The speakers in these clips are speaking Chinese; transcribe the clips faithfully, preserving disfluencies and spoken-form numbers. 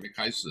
开始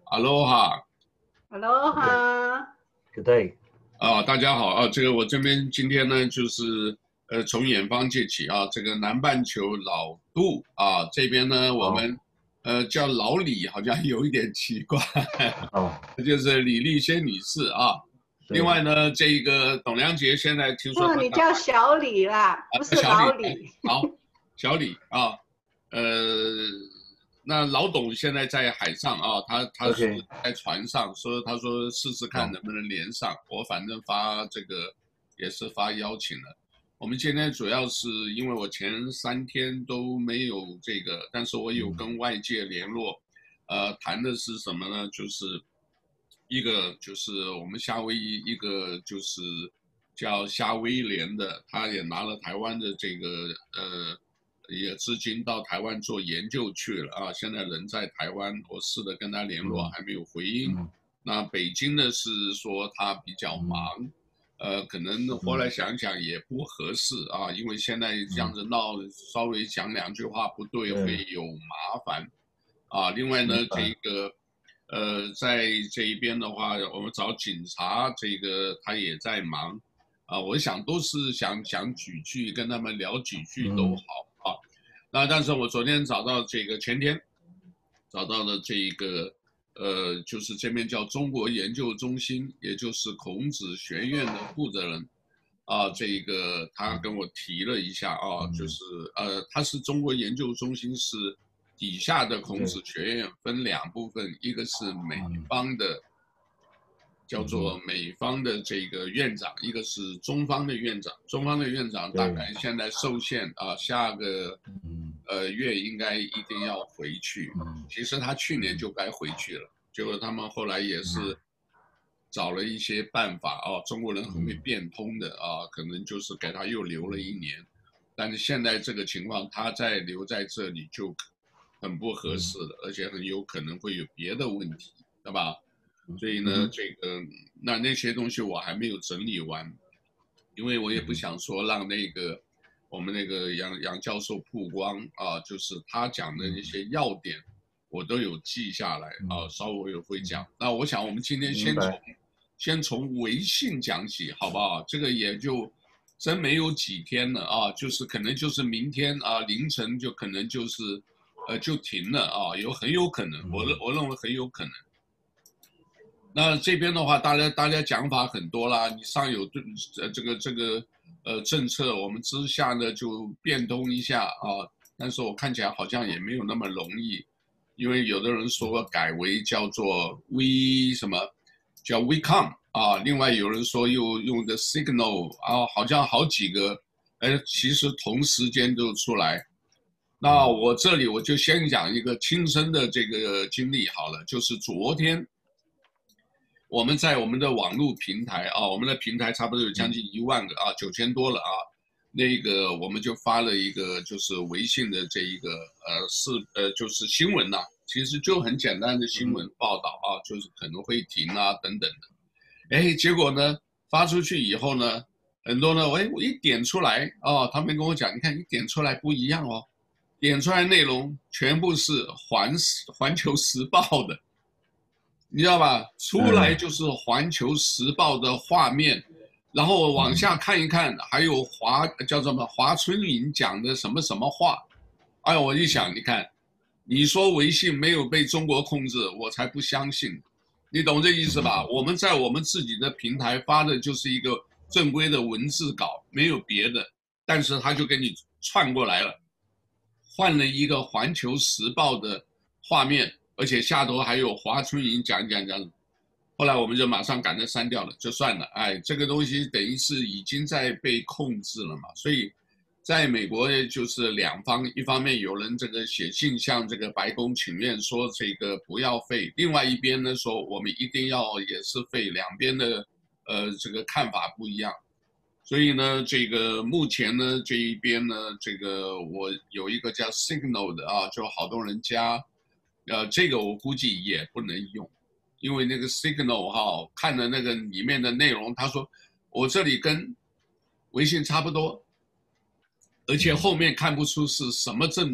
，Aloha，Aloha，Good day， 啊，大家好啊，这个我这边今天呢就是呃从远方借起啊，这个南半球老杜啊这边呢我们、oh. 呃叫老李好像有一点奇怪哦， oh. 就是李丽仙女士啊。另外呢，这个董良杰现在听说、 哦，你叫小李啦，啊、不是老李。 好，小李啊，呃。那老董现在在海上啊，他他是在船上，说、okay. 他说试试看能不能连上。我反正发这个也是发邀请了。我们今天主要是因为我前三天都没有这个，但是我有跟外界联络，呃，谈的是什么呢？就是一个就是我们夏威夷一个就是叫夏威廉的，他也拿了台湾的这个呃。也资金到台湾做研究去了啊，现在人在台湾，我试着跟他联络，还没有回应。嗯、那北京呢是说他比较忙，嗯、呃，可能后来想想也不合适啊，因为现在这样子闹，稍微讲两句话不对会有麻烦啊。另外呢，这个呃，在这一边的话，我们找警察，这个他也在忙啊。我想都是想讲几句，跟他们聊几句都好。嗯那但是我昨天找到这个前天找到了这一个呃，就是这边叫中国研究中心，也就是孔子学院的负责人啊，这个他跟我提了一下啊，就是呃，他是中国研究中心是底下的孔子学院分两部分，一个是美方的。叫做美方的这个院长，一个是中方的院长。中方的院长大概现在受限啊，下个呃月应该一定要回去。其实他去年就该回去了，结果他们后来也是找了一些办法啊，中国人很会变通的啊，可能就是给他又留了一年。但是现在这个情况，他再留在这里就很不合适了，而且很有可能会有别的问题，对吧？所以呢，这个那那些东西我还没有整理完，因为我也不想说让那个我们那个杨杨教授曝光啊，就是他讲的那些要点，我都有记下来啊，稍微我会讲。那我想我们今天先从先从微信讲起，好不好？这个也就真没有几天了啊，就是可能就是明天啊凌晨就可能就是呃就停了啊，有很有可能，我认我认为很有可能。那这边的话，大家大家讲法很多啦。你上有对呃这个这个呃政策，我们之下呢就变通一下啊。但是我看起来好像也没有那么容易，因为有的人说改为叫做 We 什么叫 WeCom 啊，另外有人说又用的 Signal 啊，好像好几个，哎，其实同时间都出来。那我这里我就先讲一个亲身的这个经历好了，就是昨天。我们在我们的网络平台啊，我们的平台差不多有将近一万个啊，九千多了啊。那个我们就发了一个就是微信的这一个呃是呃就是新闻呐、啊，其实就很简单的新闻报道啊，就是可能会停啊等等的。哎，结果呢发出去以后呢，很多呢，哎我一点出来啊，他们跟我讲，你看一点出来不一样哦，点出来内容全部是环环球时报的。你知道吧？出来就是《环球时报》的画面，嗯、然后往下看一看，还有华叫什么华春莹讲的什么什么话。哎呦，我一想，你看，你说微信没有被中国控制，我才不相信。你懂这意思吧？我们在我们自己的平台发的就是一个正规的文字稿，没有别的，但是他就给你串过来了，换了一个《环球时报》的画面。而且下头还有华春莹讲讲讲，后来我们就马上赶着删掉了，就算了。哎，这个东西等于是已经在被控制了嘛，所以在美国就是两方，一方面有人这个写信向这个白宫请愿说这个不要废，另外一边呢说我们一定要也是废，两边的呃这个看法不一样。所以呢，这个目前呢这一边呢，这个我有一个叫 Signal 的啊，就好多人加。呃，这个我估计也不能用，因为那个 Signal 哈，看的那个里面的内容，他说我这里跟微信差不多，而且后面看不出是什么政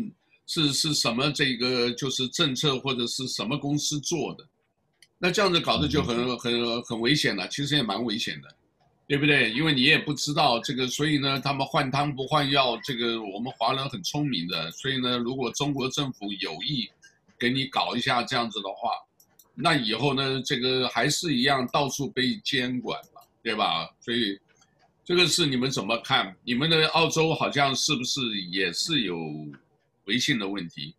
是是什么这个就是政策或者是什么公司做的。那这样子搞得就很很很危险了，其实也蛮危险的，对不对？因为你也不知道这个，所以呢，他们换汤不换药，这个我们华人很聪明的，所以呢，如果中国政府有意给你搞一下这样子的话，那以后呢，这个还是一样到处被监管嘛，对吧？所以这个是你们怎么看？你们的澳洲好像是不是也是有微信的问题？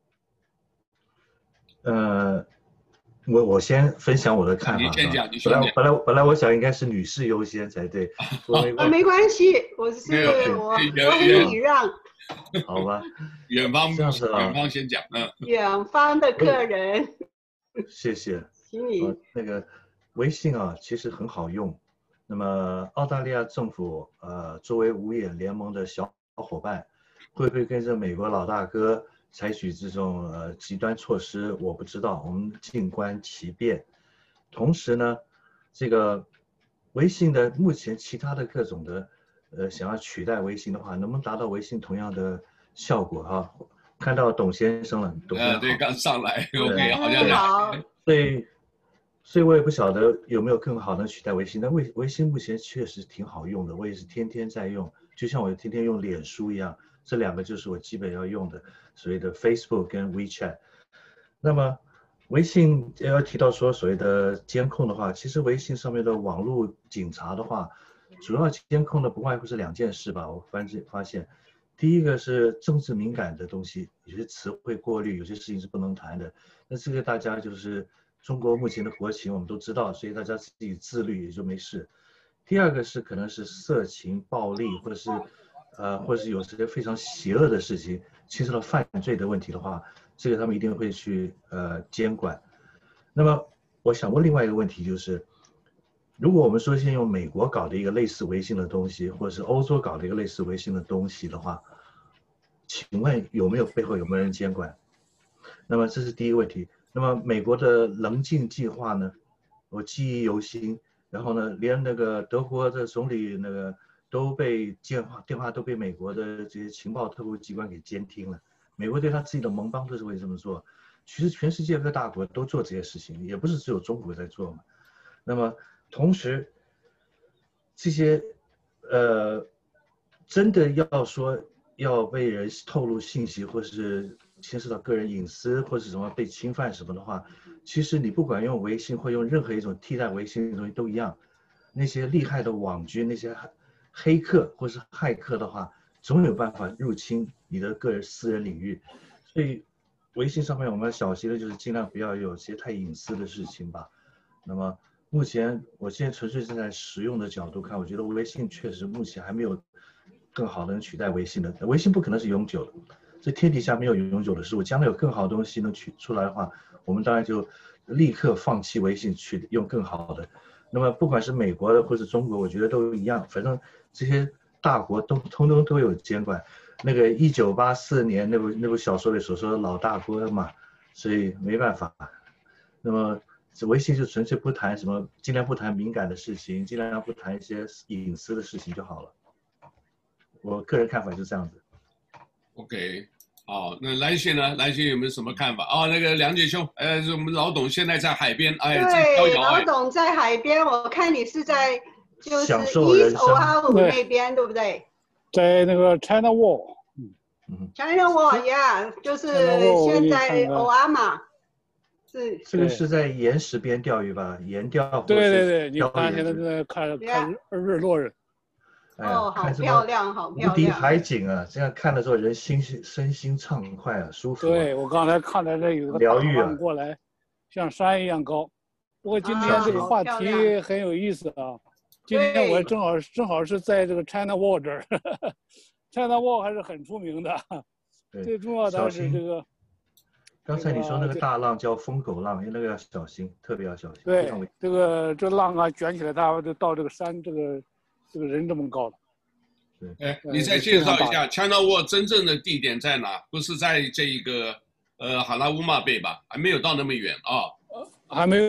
呃，我我先分享我的看法。 你先讲，你本来先讲。 本来本来我想应该是女士优先才对， 啊，没关系，我是我我很礼让。 好吧， 远方这样子啊， 远方先讲，嗯。 远方的客人， 谢谢。 请你、 呃。那个微信啊，其实很好用。那么澳大利亚政府呃，作为五眼联盟的小伙伴，会不会跟着美国老大哥采取这种呃极端措施？我不知道，我们静观其变。同时呢，这个微信的目前其他的各种的呃想要取代微信的话，能不能达到微信同样的效果啊？看到董先生了，董先生好。 呃，对，刚上来 ，OK， 好像好。 所以，所以我也不晓得有没有更好的取代微信。但微微信目前确实挺好用的，我也是天天在用，就像我天天用脸书一样。这两个就是我基本要用的，所谓的 Facebook 跟 WeChat。那么，微信要提到说所谓的监控的话，其实微信上面的网络警察的话，主要监控的不外乎是两件事吧。我发现发现，第一个是政治敏感的东西，有些词汇过滤，有些事情是不能谈的。那这个大家就是中国目前的国情我们都知道，所以大家自己自律也就没事。第二个是可能是色情、暴力，或者是呃，或者是有些非常邪恶的事情，牵涉到犯罪的问题的话，这个他们一定会去呃监管。那么我想问另外一个问题就是，如果我们说先用美国搞的一个类似微信的东西，或者是欧洲搞的一个类似微信的东西的话，请问有没有背后有没有人监管？那么这是第一个问题。那么美国的棱镜计划呢，我记忆犹新。然后呢，连那个德国的总理那个都被电话电话都被美国的这些情报特务机关给监听了。美国对他自己的盟邦都是会这么做。其实全世界各大国都做这些事情，也不是只有中国在做嘛。那么同时，这些呃，真的要说要被人透露信息，或是牵涉到个人隐私，或是什么被侵犯什么的话，其实你不管用微信或用任何一种替代微信的东西都一样。那些厉害的网军、那些黑客或是骇客的话，总有办法入侵你的个人私人领域。所以微信上面我们要小心的就是尽量不要有些太隐私的事情吧。那么目前我现在纯粹站在实用的角度看，我觉得微信确实目前还没有更好的能取代微信的。微信不可能是永久的，这天底下没有永久的事物。将来有更好的东西能取出来的话，我们当然就立刻放弃微信，去用更好的。那么不管是美国的或是中国，我觉得都一样，反正这些大国都通通都有监管。那个一九八四年那部那部小说里所说的老大哥嘛，所以没办法。那么微信就纯粹不谈什么，尽量不谈敏感的事情，尽量不谈一些隐私的事情就好了。我个人看法是这样子。 OK。好，那蓝轩呢？蓝轩有没有什么看法？哦，那个梁杰兄，呃，我们老董现在在海边，哎， 对，老董在海边，我看你是在就是East Oahu那边，对不对？ 在那个 China Wall， 嗯 ，China Wall， 呀，就是现在 Oama， 是这个是在岩石边钓鱼吧？岩钓。 对对对，你看现在在看看日落日。 哦，好漂亮，好漂亮！ 无敌海景啊，这样看的时候人心身心畅快啊，舒服、啊。 对，我刚才看到这有个大浪过来，像山一样高。不过今天这个话题很有意思啊。今天我正好正好是在这个 China Wall 这儿，China Wall 还是很出名的。最重要的是这个。 刚才你说那个大浪叫疯狗浪，那个要小心，特别要小心。 对，这个这浪啊卷起来，它就到这个山这个。这个人这么高了， 对， 哎，你再介绍一下 China Wall 真正的地点在哪？不是在这一个呃哈拉乌马贝吧？还没有到那么远啊、 哦，还没有。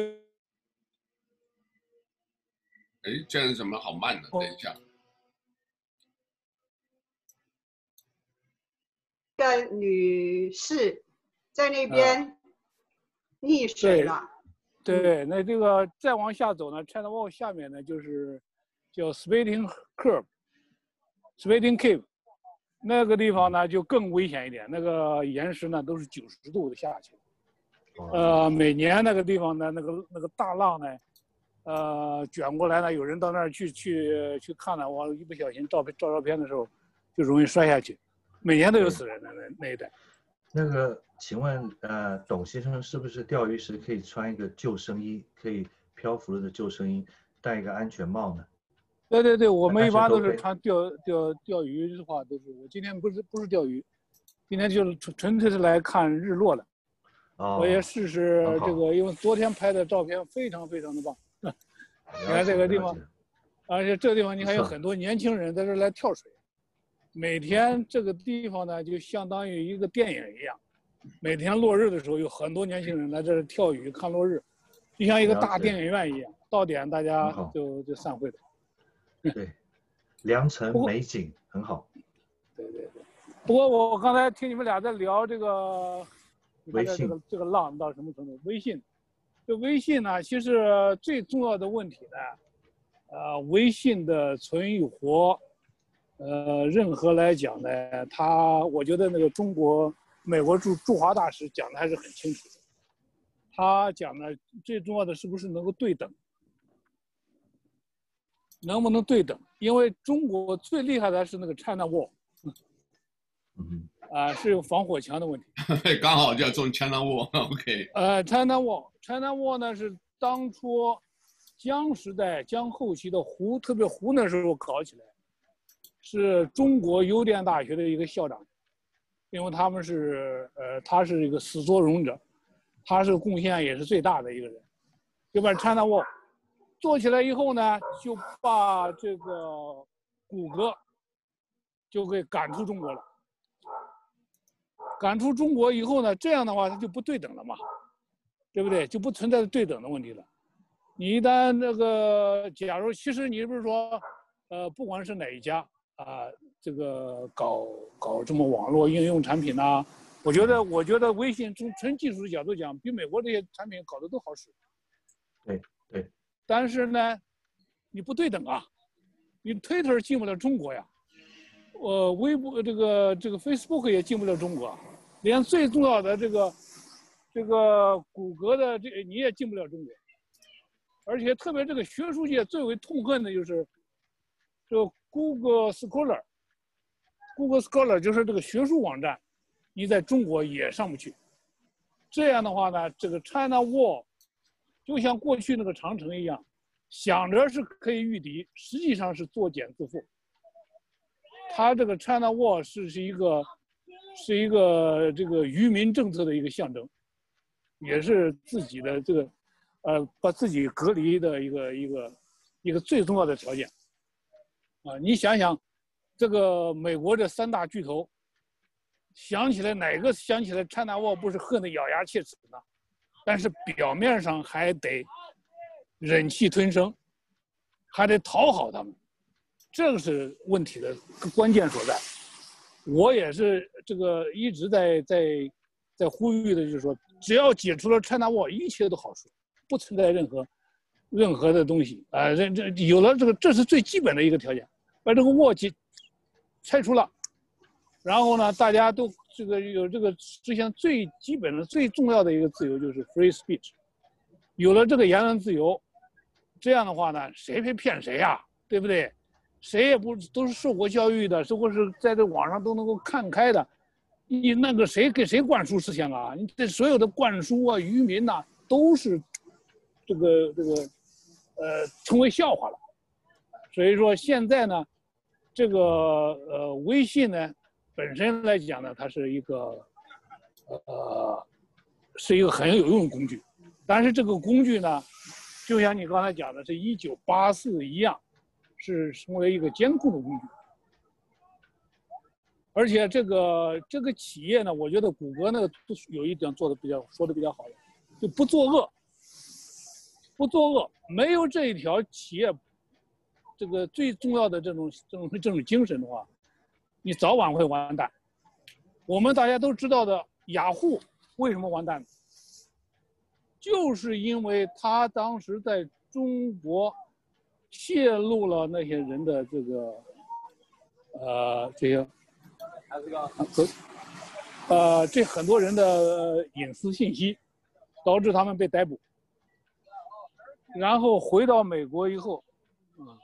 哎，这样怎么好慢呢？等一下。 个女士在那边溺水了。 啊、对, 对，那这个再往下走呢 ，China Wall 下面呢就是叫 Spitting Curve、Spitting Cave， 那个地方呢就更危险一点，那个岩石呢都是九十度的下去。呃，每年那个地方呢，那个那个大浪呢。呃，卷过来呢，有人到那儿去去去看了，我一不小心照片照照片的时候，就容易摔下去，每年都有死人的那那一带。 那个，请问呃，董先生是不是钓鱼时可以穿一个救生衣，可以漂浮的救生衣，戴一个安全帽呢？ 对对对，我们一般都是穿钓钓钓鱼的话，都是我今天不是不是钓鱼，今天就是纯纯粹是来看日落的。 哦。 我也试试这个，因为昨天拍的照片非常非常的棒。你看这个地方，而且这个地方你还有很多年轻人在这来跳水。每天这个地方呢，就相当于一个电影一样。每天落日的时候，有很多年轻人来这儿跳雨看落日，就像一个大电影院一样。到点大家就就散会的。 对，良辰美景很好。 对对对。不过我刚才听你们俩在聊这个， 微信这个这个浪到什么程度？微信。这微信呢，其实最重要的问题呢，呃，微信的存与活，呃，任何来讲呢，他我觉得那个中国、美国驻驻华大使讲的还是很清楚的。他讲的最重要的是不是能够对等，能不能对等？因为中国最厉害的是那个 China Wall， 嗯， 啊、呃，是有防火墙的问题。 刚好叫中 China Wall，OK。 呃 ，China Wall。China Wall 呢是当初江时代、江后期的胡，特别胡那时候搞起来，是中国邮电大学的一个校长，因为他们是呃，他是一个始作俑者，他是贡献也是最大的一个人，就把 China Wall 做起来以后呢，就把这个谷歌就给赶出中国了。赶出中国以后呢，这样的话它就不对等了嘛。对不对？就不存在对等的问题了。你一旦那个，假如其实你不是说，呃，不管是哪一家啊、呃，这个搞搞这么网络应用产品呐、啊，我觉得，我觉得微信从纯技术的角度讲，比美国这些产品搞得都好使。 对对。 但是呢，你不对等啊，你 Twitter 进不了中国呀，呃，微博这个这个 Facebook 也进不了中国，连最重要的这个。这个谷歌的这你也进不了中国，而且特别这个学术界最为痛恨的就是这个 Google Scholar，Google Scholar 就是这个学术网站，你在中国也上不去。这样的话呢，这个 China Wall 就像过去那个长城一样，想着是可以御敌，实际上是作茧自缚。它这个 China Wall 是是一个是一个这个愚民政策的一个象征。也是自己的这个，呃，把自己隔离的一个一个一个最重要的条件，啊，你想想，这个美国这三大巨头，想起来哪个想起来 China Wall 不是恨得咬牙切齿呢？但是表面上还得忍气吞声，还得讨好他们，这个是问题的关键所在。我也是这个一直在在在呼吁的，就是说。只要解除了 China Wall， 一切都好说，不存在任何任何的东西啊！这、呃、这有了这个，这是最基本的一个条件，把这个 Wall 解拆除了，然后呢，大家都这个有这个实现最基本的、最重要的一个自由就是 free speech， 有了这个言论自由，这样的话呢，谁会骗谁呀、啊？对不对？谁也不都是受过教育的，或者是在这网上都能够看开的。你那个谁给谁灌输思想啊？你这所有的灌输啊、愚民呐、啊，都是这个这个呃成为笑话了。所以说现在呢，这个呃微信呢本身来讲呢，它是一个呃是一个很有用的工具，但是这个工具呢，就像你刚才讲的，是一九八四一样，是成为一个监控的工具。而且这个这个企业呢，我觉得谷歌那个有一点做的比较说的比较好的，就不作恶，不作恶，没有这一条企业这个最重要的这种这种这种精神的话，你早晚会完蛋。 我们大家都知道的雅虎为什么完蛋？就是因为他当时在中国泄露了那些人的这个呃这些呃这很多人的隐私信息，导致他们被逮捕。然后回到美国以后，啊，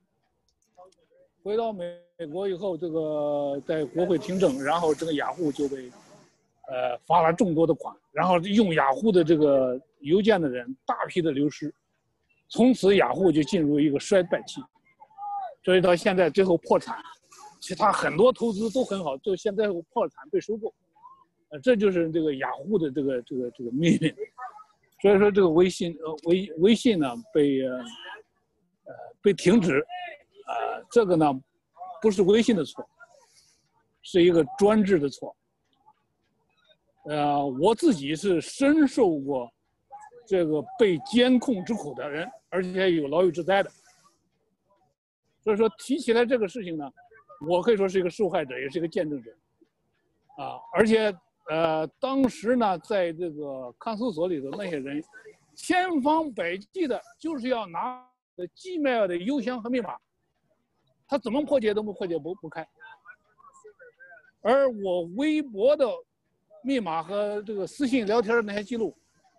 回到美国以后，这个在国会听证，然后这个雅虎就被呃罚了众多的款，然后用雅虎的这个邮件的人大批的流失，从此雅虎就进入一个衰败期，所以到现在最后破产，其他很多投资都很好，就现在破产被收购，呃，这就是这个雅虎的这个这个这个命运。所以说这个微信呃微微信呢被呃呃被停止，呃这个呢不是微信的错，是一个专制的错。呃，我自己是深受过这个被监控之苦的人，而且有牢狱之灾的。所以说提起来这个事情呢，我可以说是一个受害者，也是一个见证者。啊，而且呃，当时呢，在这个看守所里头那些人，千方百计的就是要拿 Gmail 的邮箱和密码，他怎么破解都不破解不不开。而我微博的密码和这个私信聊天的那些记录，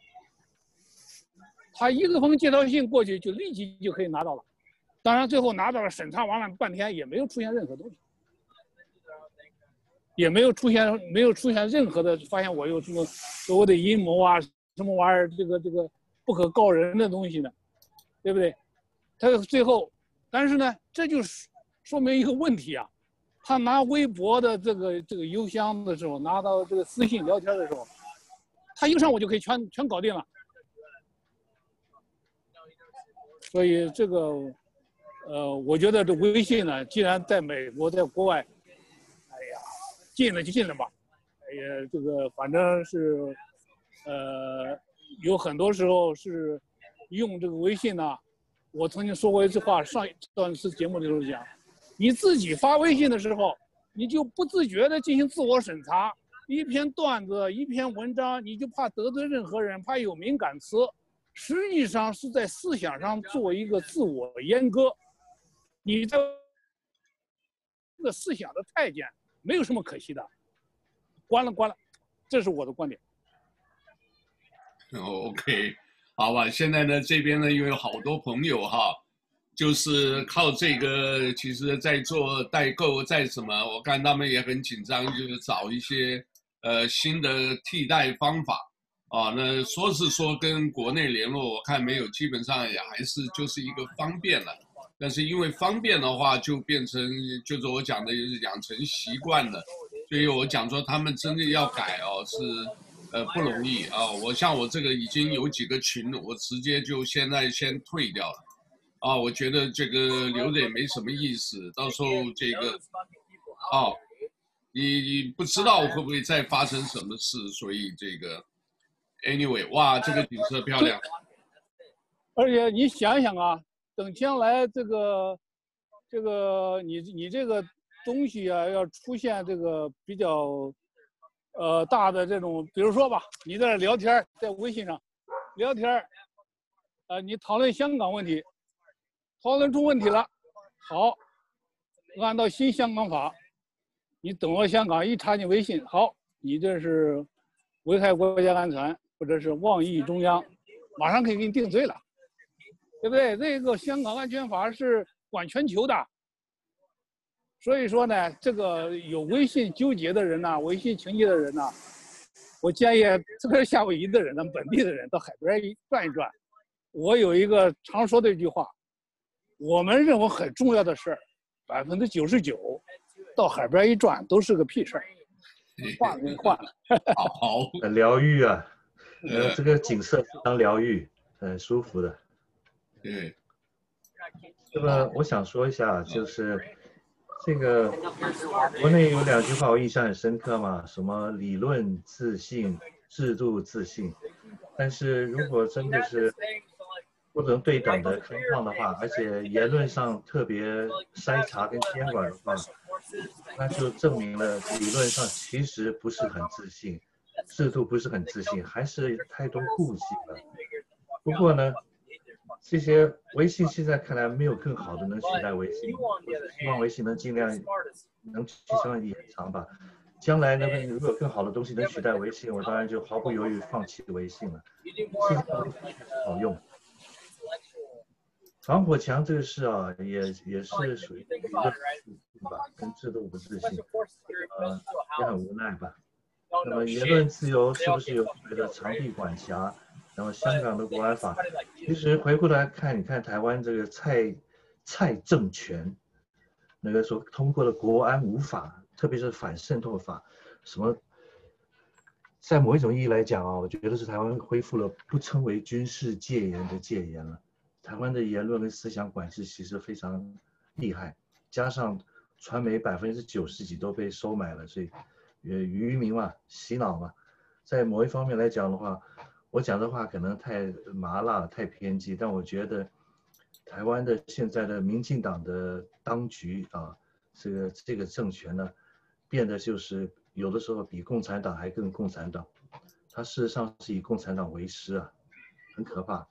他一个封介绍信过去就立即就可以拿到了。当然最后拿到了，审查完了半天也没有出现任何东西，也没有出现没有出现任何的发现我有什么所谓的阴谋啊，什么玩意儿，这个这个不可告人的东西呢，对不对？他最后，但是呢，这就是说明一个问题啊。他拿微博的这个这个邮箱的时候，拿到这个私信聊天的时候，他一上午就可以全全搞定了。所以这个，呃，我觉得这微信呢，既然在美国，在国外，哎呀，进了就进了吧。哎呀，这个反正是，呃，有很多时候是用这个微信呢。我曾经说过一句话，上一段次节目的时候讲。你自己发微信的时候，你就不自觉地进行自我审查，一篇段子、一篇文章，你就怕得罪任何人，怕有敏感词，实际上是在思想上做一个自我阉割。你这个思想的太监没有什么可惜的，关了关了，这是我的观点。 OK， 好吧，现在呢这边呢因为有好多朋友哈。就是靠这个，其实在做代购，在什么，我看他们也很紧张，就是找一些呃新的替代方法啊。那说是说跟国内联络，我看没有，基本上也还是就是一个方便了。但是因为方便的话，就变成就是我讲的养成习惯了，所以我讲说他们真的要改哦，是呃不容易啊。我像我这个已经有几个群，我直接就现在先退掉了。啊，我觉得这个留着也没什么意思，到时候这个，哦，你你不知道会不会再发生什么事，所以这个 ，anyway， 哇，这个景色漂亮。 而且你想想啊，等将来这个，这个你你这个东西啊，要出现这个比较，呃大的这种，比如说吧，你在这聊天，在微信上聊天，呃，你讨论香港问题。讨论出问题了，好，按照新香港法，你登录香港一查你微信，好，你这是危害国家安全或者是妄议中央，马上可以给你定罪了，对不对？这个香港安全法是管全球的，所以说呢，这个有微信纠结的人呐、啊，微信情节的人呐、啊，我建议特别是夏威夷的人呢，本地的人到海边一转一转。我有一个常说的一句话。我们认为很重要的事儿，百分之九十九，到海边一转都是个屁事儿，换了给你换了。 好， 很疗愈啊，呃，这个景色非常疗愈，很舒服的。 对。 那么我想说一下，就是这个国内有两句话我印象很深刻嘛，什么理论自信、制度自信，但是如果真的是。不能对等的开放的话，而且言论上特别筛查跟监管的话， 那就证明了理论上其实不是很自信，制度不是很自信，还是太多顾忌了。不过呢，这些微信现在看来没有更好的能取代微信，希望微信能尽量能去上延长吧。将来呢，如果有更好的东西能取代微信，我当然就毫不犹豫放弃微信了。信息好用。防火墙这个事啊，也也是属于一个吧，跟制度不自信，呃，也很无奈吧。那么言论自由是不是有所谓的长臂管辖？然后香港的国安法，其实回过来看，你看台湾这个蔡蔡政权，那个所通过的国安五法，特别是反渗透法，什么，在某一种意义来讲啊，我觉得是台湾恢复了不称为军事戒严的戒严了。台湾的言论跟思想管制其实非常厉害，加上传媒百分之九十几都被收买了，所以呃渔民嘛，洗脑嘛，在某一方面来讲的话，我讲的话可能太麻辣太偏激，但我觉得台湾的现在的民进党的当局啊，这个这个政权呢，变得就是有的时候比共产党还更共产党，它事实上是以共产党为师啊，很可怕。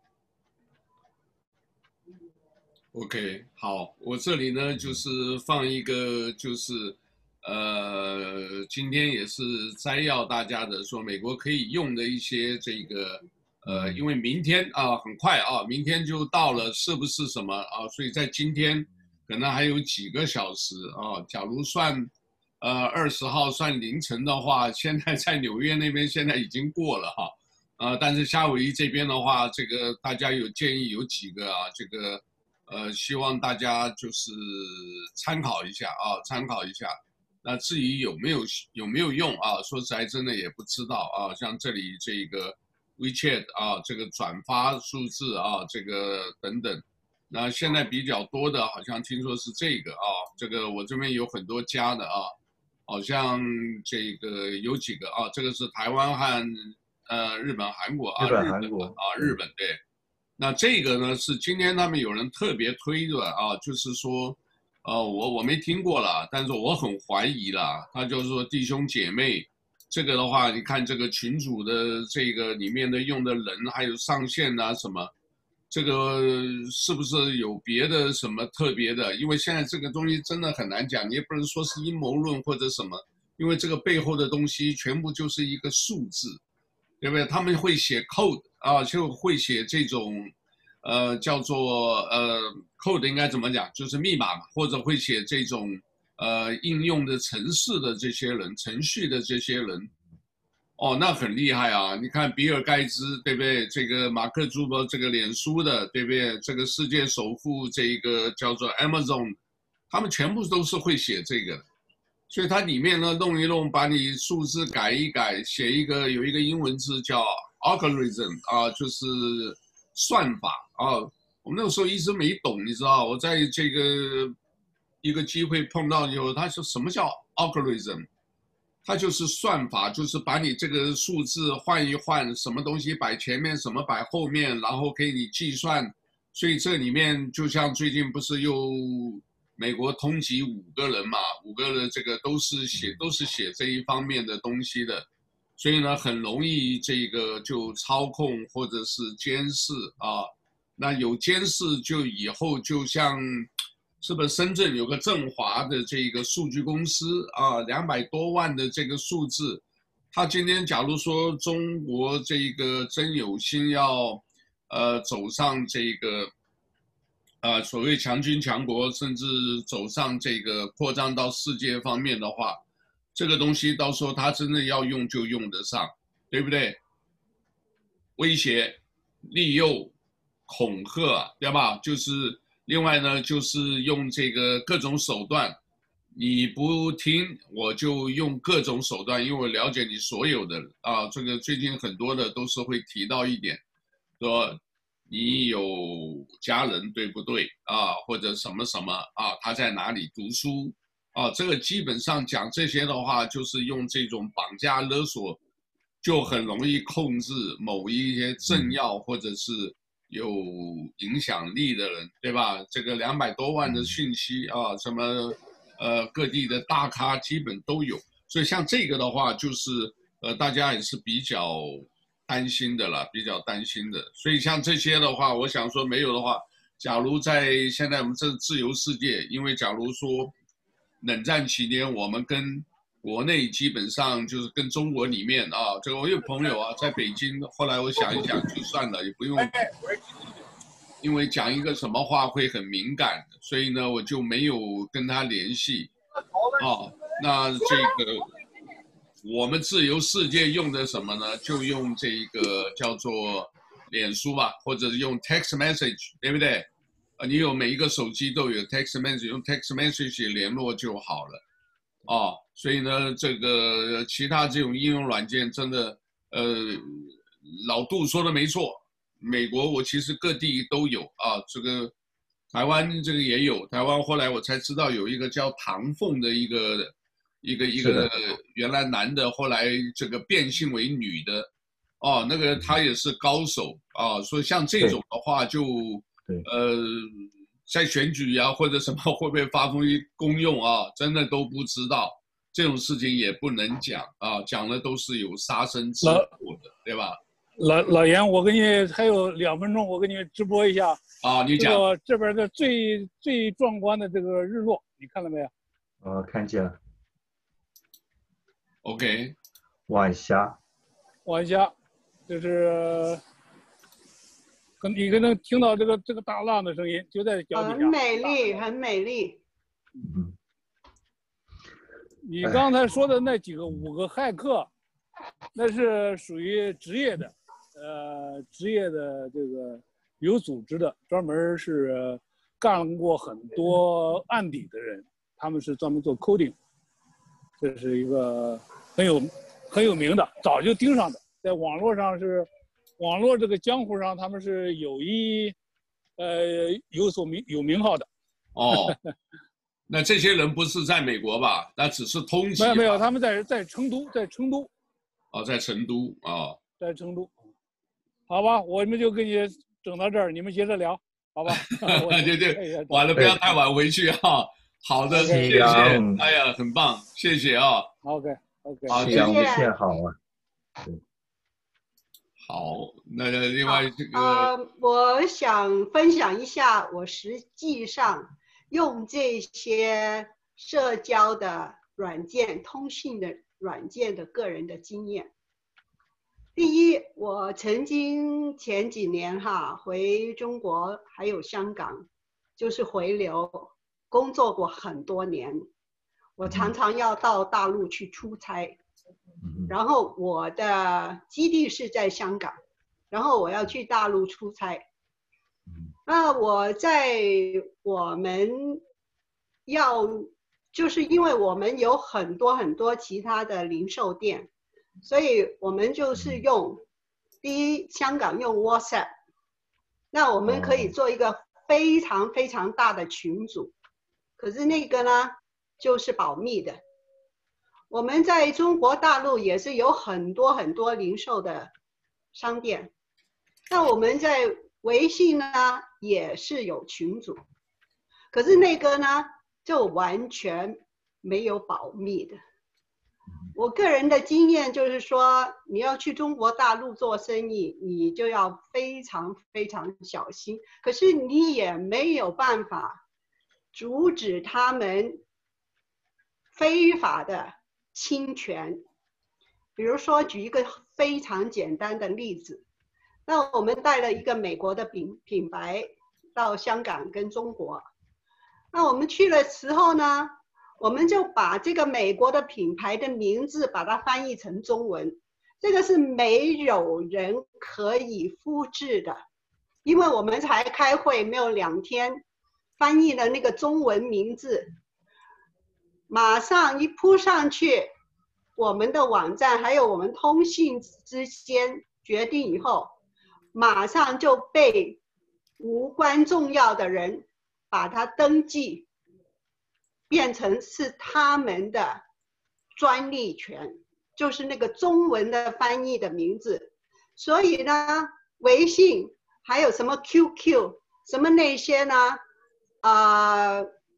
OK， 好，我这里呢就是放一个，就是呃，今天也是摘要大家的说，美国可以用的一些这个呃，因为明天啊很快啊，明天就到了，是不是什么啊？所以在今天可能还有几个小时啊。假如算呃二十号算凌晨的话，现在在纽约那边现在已经过了哈，呃，但是夏威夷这边的话，这个大家有建议有几个啊，这个。呃，希望大家就是参考一下啊，参考一下。那至于有没有有没有用啊？说实在真的也不知道啊。像这里这个 WeChat 啊，这个转发数字啊，这个等等。那现在比较多的，好像听说是这个啊，这个我这边有很多家的啊，好像这个有几个啊，这个是台湾和呃日本、韩国啊， 日本、韩国啊，日本对。那这个呢是今天他们有人特别推的啊，就是说，呃，我我没听过了，但是我很怀疑了。他就是说弟兄姐妹，这个的话，你看这个群组的这个里面的用的人还有上线啊什么，这个是不是有别的什么特别的？因为现在这个东西真的很难讲，你也不能说是阴谋论或者什么，因为这个背后的东西全部就是一个数字，对不对？他们会写 code。啊，就会写这种，呃，叫做呃 code 应该怎么讲，就是密码嘛，或者会写这种呃应用的程式的这些人，程序的这些人，哦，那很厉害啊！你看比尔盖茨，对不对？这个马克朱伯，这个脸书的，对不对？这个世界首富，这个叫做 Amazon， 他们全部都是会写这个的。所以它里面呢弄一弄，把你数字改一改，写一个有一个英文字叫 algorithm 啊，就是算法啊。我们那个时候一直没懂，你知道，我在这个一个机会碰到以后，他说什么叫 algorithm？ 它就是算法，就是把你这个数字换一换，什么东西摆前面，什么摆后面，然后给你计算。所以这里面就像最近不是又美国通缉五个人嘛，五个人这个都是写都是写这一方面的东西的，所以呢很容易这个就操控或者是监视啊。那有监视就以后就像是不是深圳有个振华的这个数据公司啊，两百多万的这个数字，他今天假如说中国这个真有心要呃走上这个。呃，所谓强军强国，甚至走上这个扩张到世界方面的话，这个东西到时候他真的要用就用得上，对不对？威胁、利诱、恐吓，对吧？就是另外呢，就是用这个各种手段，你不听我就用各种手段，因为我了解你所有的啊，这个最近很多的都是会提到一点，说。你有家人对不对啊？或者什么什么啊？他在哪里读书啊？这个基本上讲这些的话，就是用这种绑架勒索，就很容易控制某一些政要或者是有影响力的人，对吧？这个两百多万的讯息啊，什么呃各地的大咖基本都有，所以像这个的话，就是呃大家也是比较担心的了，比较担心的。所以像这些的话，我想说没有的话，假如在现在我们这自由世界，因为假如说冷战期间我们跟国内基本上就是跟中国里面啊，这个我有朋友啊在北京，后来我想一想就算了，也不用。因为讲一个什么话会很敏感，所以呢，我就没有跟他联系。哦，那这个我们自由世界用的什么呢？就用这个叫做脸书吧，或者是用 text message， 对不对？呃，你有每一个手机都有 text message， 用 text message 联络就好了。哦，所以呢，这个其他这种应用软件真的，呃，老杜说的没错。美国我其实各地都有啊，这个台湾这个也有，台湾后来我才知道有一个叫唐凤的一个一个一个原来男的，后来这个变性为女的，哦，那个他也是高手啊，所以像这种的话就呃在选举啊或者什么会不会发挥功用啊，真的都不知道，这种事情也不能讲啊，讲的都是有杀身之祸的，对吧？ 老老严，我给你还有两分钟，我给你直播一下啊，你讲、 这个、这边的最最壮观的这个日落，你看了没有？ 呃，看见了。 OK， 晚霞， 晚霞，就是跟你可能听到这个这个大浪的声音，就在脚底下。 很美丽，很美丽。 嗯， 你刚才说的那几个五个骇客，那是属于职业的。呃，职业的这个有组织的，专门是干过很多案底的人，他们是专门做 coding， 这是一个很有很有名的，早就盯上的，在网络上是网络这个江湖上，他们是有一呃有所名有名号的。 哦，那这些人不是在美国吧？那只是通缉。 没有没有，他们在在成都，在成都。 哦，在成都啊、哦， 在成都。好吧，我们就跟你整到这儿，你们接着聊，好吧？ 对对，晚了不要太晚回去哈。好的，谢谢。哎呀，很棒，谢谢啊。 OK OK， 好， 谢谢。无限好啊。 好，那另外这个， 呃，我想分享一下我实际上用这些社交的软件、通信的软件的个人的经验。第一，我曾经前几年哈回中国还有香港，就是回流工作过很多年，我常常要到大陆去出差，然后我的基地是在香港，然后我要去大陆出差，那我在我们要就是因为我们有很多很多其他的零售店。所以我们就是用，第一，香港用 WhatsApp， 那我们可以做一个非常非常大的群组，可是那个呢，就是保密的。我们在中国大陆也是有很多很多零售的商店，那我们在微信呢也是有群组，可是那个呢就完全没有保密的。我个人的经验就是说，你要去中国大陆做生意，你就要非常非常小心。可是你也没有办法阻止他们非法的侵权。比如说，举一个非常简单的例子，那我们带了一个美国的品品牌到香港跟中国，那我们去的时候呢，我们就把这个美国的品牌的名字把它翻译成中文，这个是没有人可以复制的，因为我们才开会没有两天，翻译了那个中文名字，马上一扑上去，我们的网站还有我们通信之间决定以后，马上就被无关重要的人把它登记。变成是他们的专利权，就是那个中文的翻译的名字。所以呢，微信还有什么 Q Q 什么那些呢？呃，比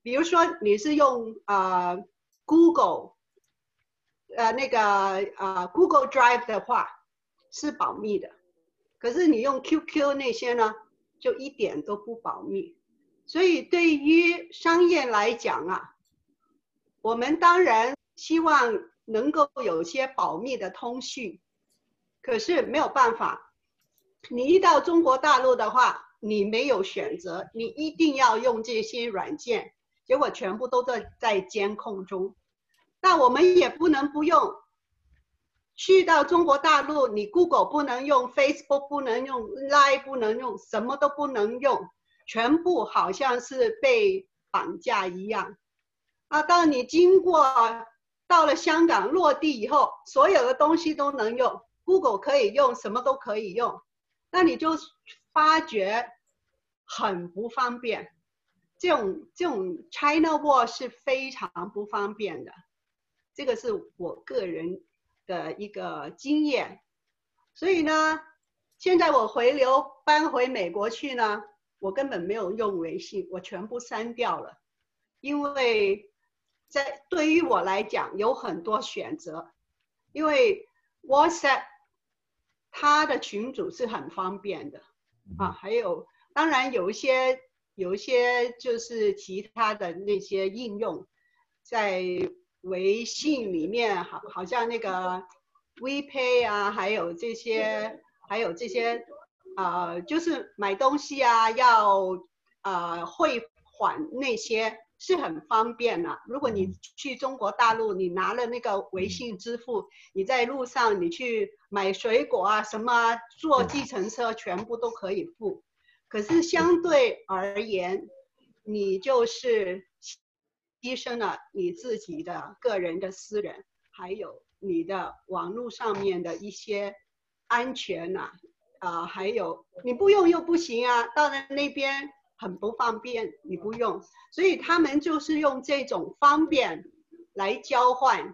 比如说你是用啊、呃、Google， 呃那个啊、呃、Google Drive 的话是保密的，可是你用 Q Q 那些呢，就一点都不保密。所以对于商业来讲啊，我们当然希望能够有些保密的通讯，可是没有办法。你一到中国大陆的话，你没有选择，你一定要用这些软件，结果全部都在在监控中。那我们也不能不用。去到中国大陆，你 Google 不能用 ，Facebook 不能用 ，Line 不能用，什么都不能用，全部好像是被绑架一样。啊，当你经过到了香港落地以后，所有的东西都能用 ，Google 可以用，什么都可以用，那你就发觉很不方便。这种这种 China Wall 是非常不方便的，这个是我个人的一个经验。所以呢，现在我回流搬回美国去呢，我根本没有用微信，我全部删掉了，因为在对于我来讲有很多选择，因为 WhatsApp 它的群组是很方便的啊，还有当然有一些有一些就是其他的那些应用，在微信里面好好像那个 WePay 啊，还有这些还有这些呃就是买东西啊要呃汇款那些是很方便的。如果你去中国大陆，你拿了那个微信支付，你在路上你去买水果啊什么，坐计程车全部都可以付。可是相对而言，你就是牺牲了你自己的个人的私人，还有你的网络上面的一些安全呐、啊，啊、呃，还有你不用又不行啊，到了那边很不方便，你不用，所以他们就是用这种方便来交换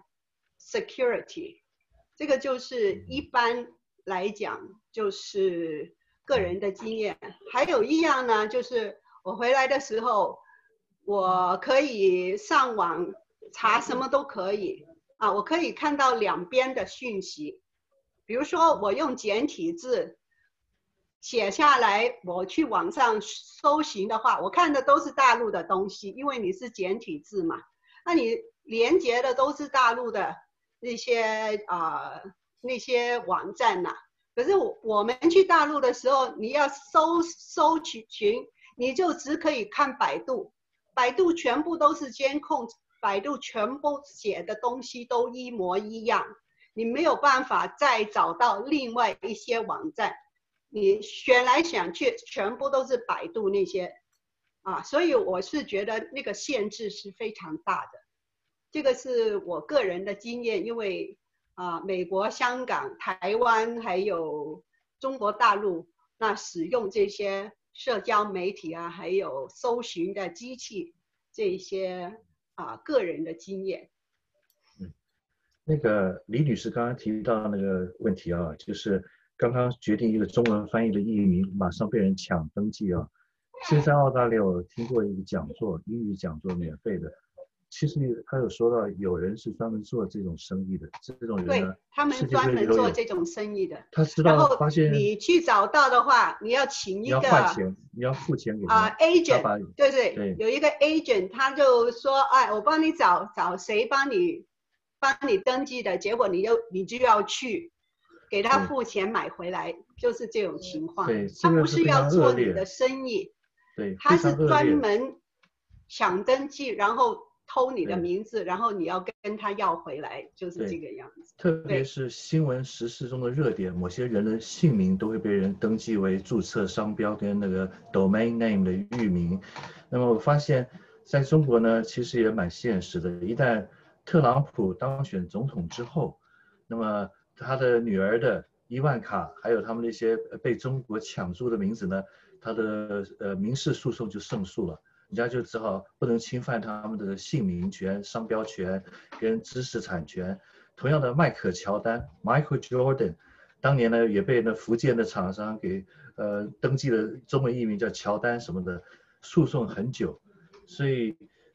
security， 这个就是一般来讲就是个人的经验。还有一样呢，就是我回来的时候，我可以上网查什么都可以啊，我可以看到两边的讯息。比如说我用简体字写下来，我去网上搜寻的话，我看的都是大陆的东西，因为你是简体字嘛，那你连接的都是大陆的那些啊、呃、那些网站呐、啊。可是我我们去大陆的时候，你要搜搜寻，你就只可以看百度，百度全部都是监控，百度全部写的东西都一模一样，你没有办法再找到另外一些网站，你选来选去全部都是百度那些啊，所以我是觉得那个限制是非常大的。这个是我个人的经验，因为啊，美国、香港、台湾还有中国大陆，那使用这些社交媒体啊，还有搜寻的机器，这些啊个人的经验。 嗯，那个李女士刚刚提到那个问题啊，就是刚刚决定一个中文翻译的译名，马上被人抢登记啊。其实，在澳大利亚我听过一个讲座，英语讲座，免费的。其实他有说到，有人是专门做这种生意的，这种人呢， 对，他们专门做这种生意的。 他知道，发现你去找到的话，你要请一个， 你要换钱，你要付钱给他啊、uh, agent， 对对对， 有一个 agent， 他就说，哎，我帮你找找谁帮你帮你登记的，结果你就你就要去给他付钱买回来，就是这种情况。 对， 他不是要做你的生意， 对， 他是专门想登记，然后偷你的名字，然后你要跟他要回来，就是这个样子。 特别是新闻时事中的热点，某些人的姓名都会被人登记为注册商标跟那个 domain name 的域名。那么我发现，在中国呢，其实也蛮现实的。一旦特朗普当选总统之后，那么他的女儿的伊万卡，还有他们那些被中国抢注的名字呢，他的呃民事诉讼就胜诉了。人家就只好不能侵犯他们的姓名权、商标权跟知识产权。同样的，迈克乔丹 （Michael Jordan） 当年呢也被那福建的厂商给呃登记了中文译名叫乔丹什么的，诉讼很久。所以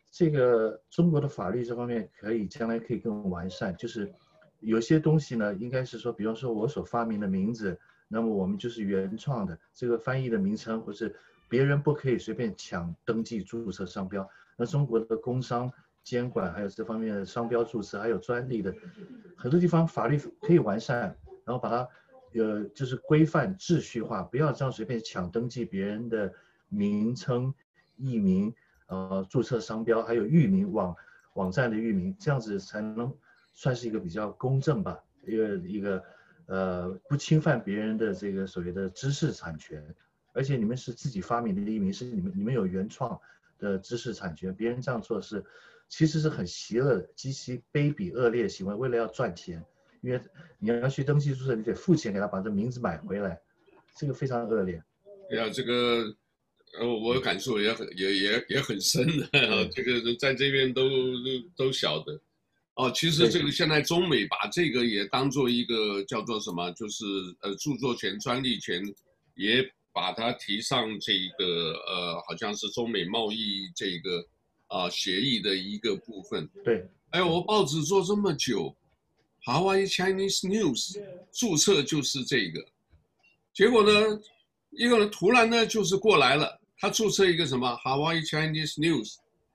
这个中国的法律这方面可以将来可以更完善，就是有些东西呢，应该是说，比方说我所发明的名字，那么我们就是原创的，这个翻译的名称或是别人不可以随便抢登记注册商标。那中国的工商监管还有这方面的商标注册还有专利的很多地方法律可以完善，然后把它呃就是规范秩序化，不要这样随便抢登记别人的名称、艺名、呃注册商标还有域名网网站的域名，这样子才能算是一个比较公正吧，一个一个呃不侵犯别人的这个所谓的知识产权。而且你们是自己发明的艺名，是你们你们有原创的知识产权，别人这样做是其实是很邪恶的、极其卑鄙恶劣的行为，为了要赚钱，因为你要去登记注册，你得付钱给他把这名字买回来，这个非常恶劣。 对啊，这个呃我感受也很也也也很深的啊，这个在这边都都都晓得。哦，其实这个现在中美把这个也当做一个叫做什么，就是呃著作权、专利权也。把它提上这个呃，好像是中美贸易这个啊、呃、协议的一个部分。 对， 哎，我报纸做这么久 ，Hawaii Chinese News 注册就是这个，结果呢，一个人突然呢就是过来了，他注册一个什么 Hawaii Chinese News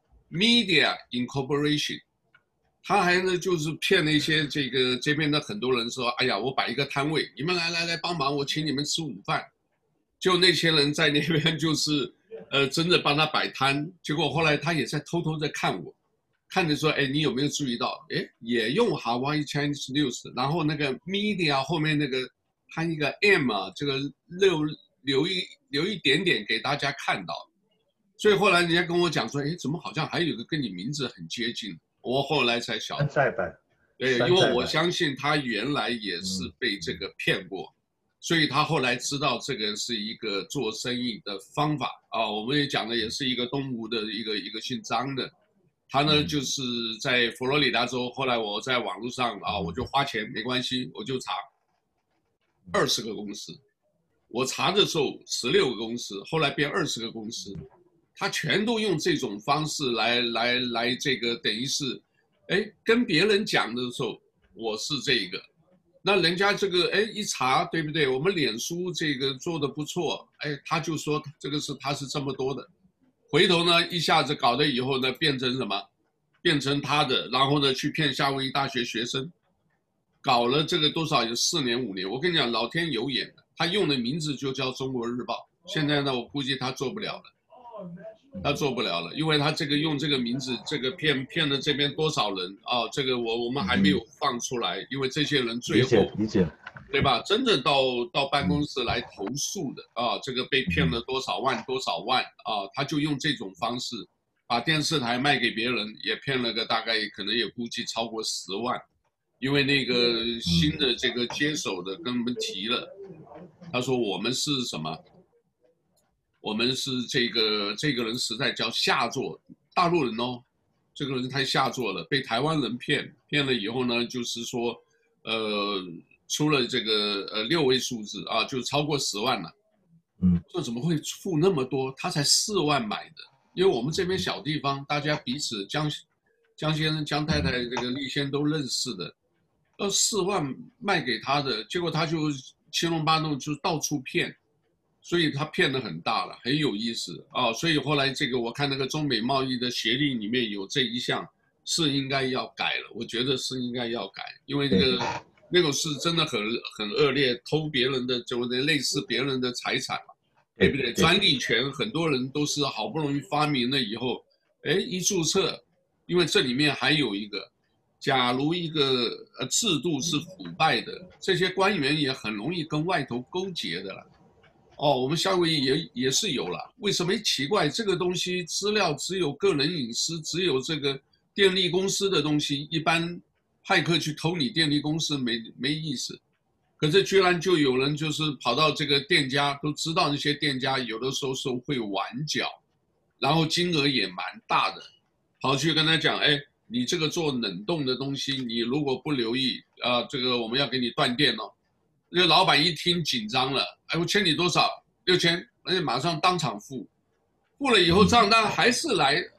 Media Incorporation， 他还呢就是骗那些这个这边的很多人说，哎呀，我摆一个摊位，你们来来来帮忙，我请你们吃午饭。就那些人在那边就是，呃，真的帮他摆摊，结果后来他也在偷偷在看我，看着说，哎，你有没有注意到？哎，也用 Hawaii Chinese News， 然后那个 media 后面那个他一个 M 啊，这个留留一留一点点给大家看到，所以后来人家跟我讲说，哎，怎么好像还有一个跟你名字很接近？我后来才晓得， 山寨版， 对，因为我相信他原来也是被这个骗过。嗯，所以他后来知道这个是一个做生意的方法啊，我们也讲的也是一个东吴的一个一个姓张的，他呢就是在佛罗里达州，后来我在网络上啊，我就花钱没关系，我就查二十个公司，我查的时候十六个公司，后来变二十个公司，他全都用这种方式来来来这个等于是，哎，跟别人讲的时候我是这个。那人家这个哎一查对不对？我们脸书这个做的不错，哎，他就说这个是他是这么多的，回头呢一下子搞了以后呢变成什么？变成他的，然后呢去骗夏威夷大学学生，搞了这个多少有四年五年。我跟你讲，老天有眼的，他用的名字就叫《中国日报》，现在呢我估计他做不了了。他做不了了，因为他这个用这个名字，这个骗骗了这边多少人啊？这个我我们还没有放出来，因为这些人最后理解理解， 对吧？真正到到办公室来投诉的啊，这个被骗了多少万多少万啊，他就用这种方式把电视台卖给别人，也骗了个大概可能也估计超过十万，因为那个新的这个接手的跟我们提了，他说我们是什么？我们是这个这个人实在叫下作，大陆人哦，这个人太下作了，被台湾人骗，骗了以后呢，就是说，呃，出了这个呃六位数字啊，就超过十万了。嗯，这怎么会付那么多？他才四万买的，因为我们这边小地方，大家彼此江江先生、江太太、这个立先都认识的，要四万卖给他的，结果他就七弄八弄就到处骗。所以他骗得很大了，很有意思啊、哦！所以后来这个我看那个中美贸易的协定里面有这一项是应该要改了，我觉得是应该要改，因为这个那个是真的很很恶劣，偷别人的就类似别人的财产嘛，对不对？专利权很多人都是好不容易发明了以后，哎，一注册，因为这里面还有一个，假如一个呃制度是腐败的，这些官员也很容易跟外头勾结的了。哦，我们夏威夷也也是有了，为什么奇怪？这个东西资料只有个人隐私，只有这个电力公司的东西，一般骇客去偷你电力公司没没意思。可是居然就有人就是跑到这个店家，都知道那些店家有的时候是会玩脚，然后金额也蛮大的，跑去跟他讲，哎，你这个做冷冻的东西，你如果不留意啊、呃，这个我们要给你断电哦。那个老板一听紧张了，哎，我欠你多少？六千，而且马上当场付，付了以后账单还是来，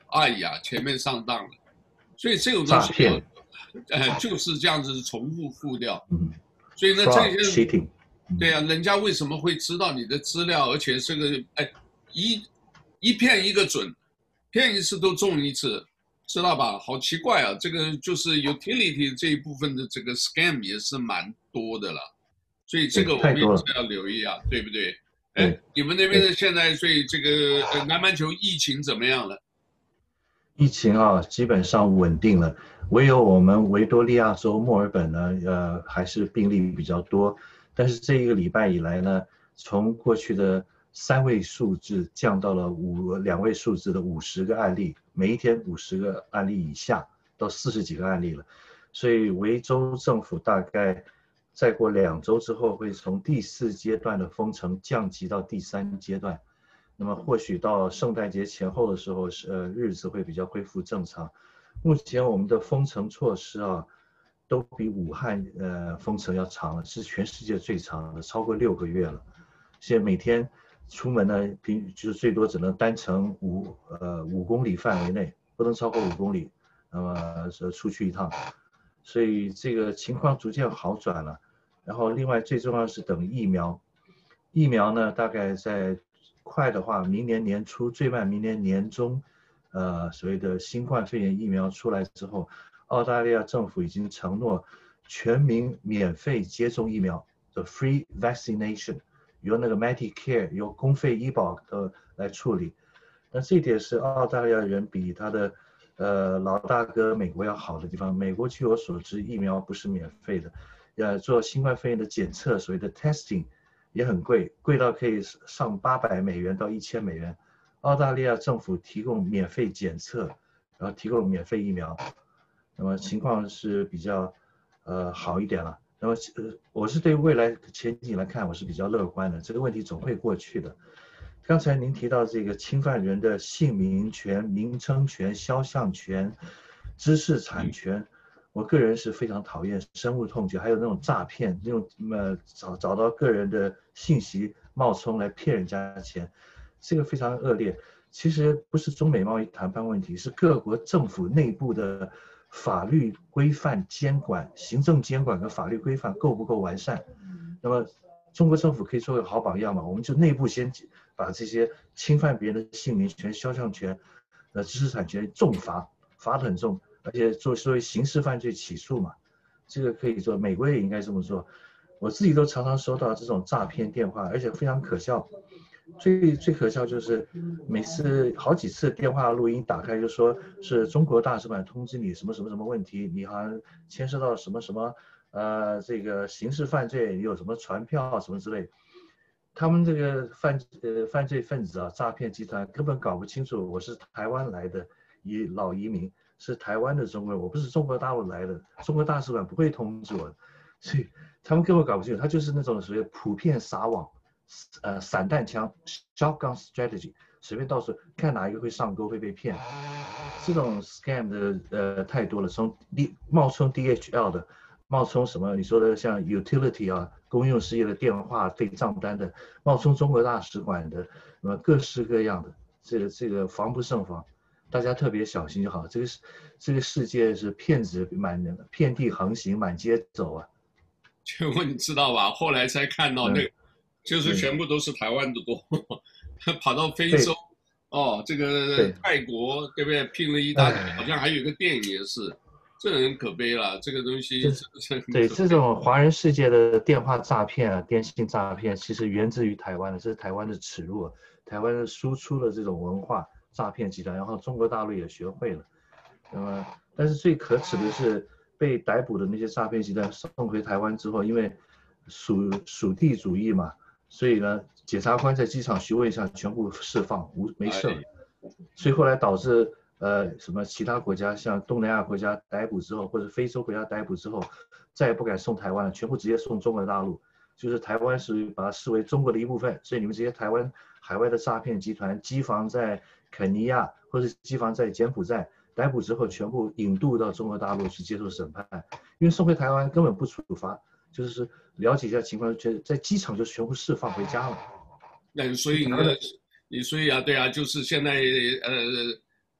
哎呀，前面上当了。所以这种东西， 诈骗， 呃，就是这样子重复付掉。 嗯， 所以呢，这些， 嗯、 对啊，人家为什么会知道你的资料，而且这个哎一一骗一个准，骗一次都中一次，知道吧？好奇怪啊，这个就是 utility 这一部分的这个 scam 也是蛮多的了。所以这个我们也是要留意啊，对不对？哎，你们那边的现在，所以这个呃南半球疫情怎么样了？ 疫情啊，基本上稳定了，唯有我们维多利亚州墨尔本呢，呃，还是病例比较多。但是这一个礼拜以来呢，从过去的三位数字降到了五两位数字的五十个案例，每一天五十个案例以下，到四十几个案例了。所以维州政府大概再过两周之后，会从第四阶段的封城降级到第三阶段。那么或许到圣诞节前后的时候，是呃日子会比较恢复正常。目前我们的封城措施啊，都比武汉呃封城要长了，是全世界最长的，超过六个月了。现在每天出门呢，平就是最多只能单程五呃五公里范围内，不能超过五公里，那么是出去一趟。所以这个情况逐渐好转了。然后另外最重要的是等疫苗，疫苗呢大概在快的话，明年年初，最慢明年年中，呃，所谓的新冠肺炎疫苗出来之后，澳大利亚政府已经承诺全民免费接种疫苗的 free vaccination， 由那个 Medicare 由公费医保的来处理。那这一点是澳大利亚人比他的呃老大哥美国要好的地方。美国据我所知，疫苗不是免费的，呃，做新冠肺炎的检测，所谓的 testing。也很贵，贵到可以上八百美元到一千美元。澳大利亚政府提供免费检测，然后提供免费疫苗，那么情况是比较呃好一点了。那么呃，我是对未来前景来看，我是比较乐观的。这个问题总会过去的。刚才您提到这个侵犯人的姓名权、名称权、肖像权、知识产权。我个人是非常讨厌，深恶痛绝。还有那种诈骗，那种呃找找到个人的信息冒充来骗人家钱，这个非常恶劣。其实不是中美贸易谈判问题，是各国政府内部的法律规范监管、行政监管跟法律规范够不够完善。那么中国政府可以做个好榜样嘛？我们就内部先把这些侵犯别人的姓名权、肖像权、呃知识产权重罚，罚得很重。而且做作为刑事犯罪起诉嘛，这个可以做，美国也应该这么做。我自己都常常收到这种诈骗电话，而且非常可笑。最最可笑就是每次好几次电话录音打开就说是中国大使馆通知你什么什么什么问题，你好像牵涉到什么什么呃这个刑事犯罪，你有什么传票什么之类。他们这个犯呃犯罪分子啊，诈骗集团根本搞不清楚我是台湾来的移老移民。是台湾的中国人，我不是中国大陆来的，中国大使馆不会通知我的，所以他们根本搞不清楚，他就是那种所谓普遍撒网，呃，散弹枪 shotgun strategy， 随便到处看哪一个会上钩会被骗，这种 scam 的呃太多了，从冒充 D H L 的，冒充什么你说的像 utility 啊，公用事业的电话费账单的，冒充中国大使馆的，那么各式各样的，这个这个防不胜防。大家特别小心就好。这个是这个世界是骗子满遍地横行，满街走啊。 结果你知道吧？后来才看到那个，嗯、就是全部都是台湾的多，跑到非洲，哦，这个泰国对不对？聘了一大堆，好像还有一个电影也是，这很可悲了。这个东西， 对这种华人世界的电话诈骗啊、电信诈骗，其实源自于台湾的，这是台湾的耻辱，台湾的输出了这种文化。诈骗集团，然后中国大陆也学会了，那么，但是最可耻的是被逮捕的那些诈骗集团送回台湾之后，因为属属地主义嘛，所以呢，检察官在机场询问一下，全部释放，无没事了，所以后来导致呃什么其他国家像东南亚国家逮捕之后，或者非洲国家逮捕之后，再也不敢送台湾了，全部直接送中国大陆，就是台湾是把它视为中国的一部分，所以你们这些台湾海外的诈骗集团机房在肯尼亚或者机房在柬埔寨逮捕之后，全部引渡到中国大陆去接受审判，因为送回台湾根本不处罚，就是了解一下情况，觉得在机场就全部释放回家了。 那所以呢，你所以啊，对啊，就是现在呃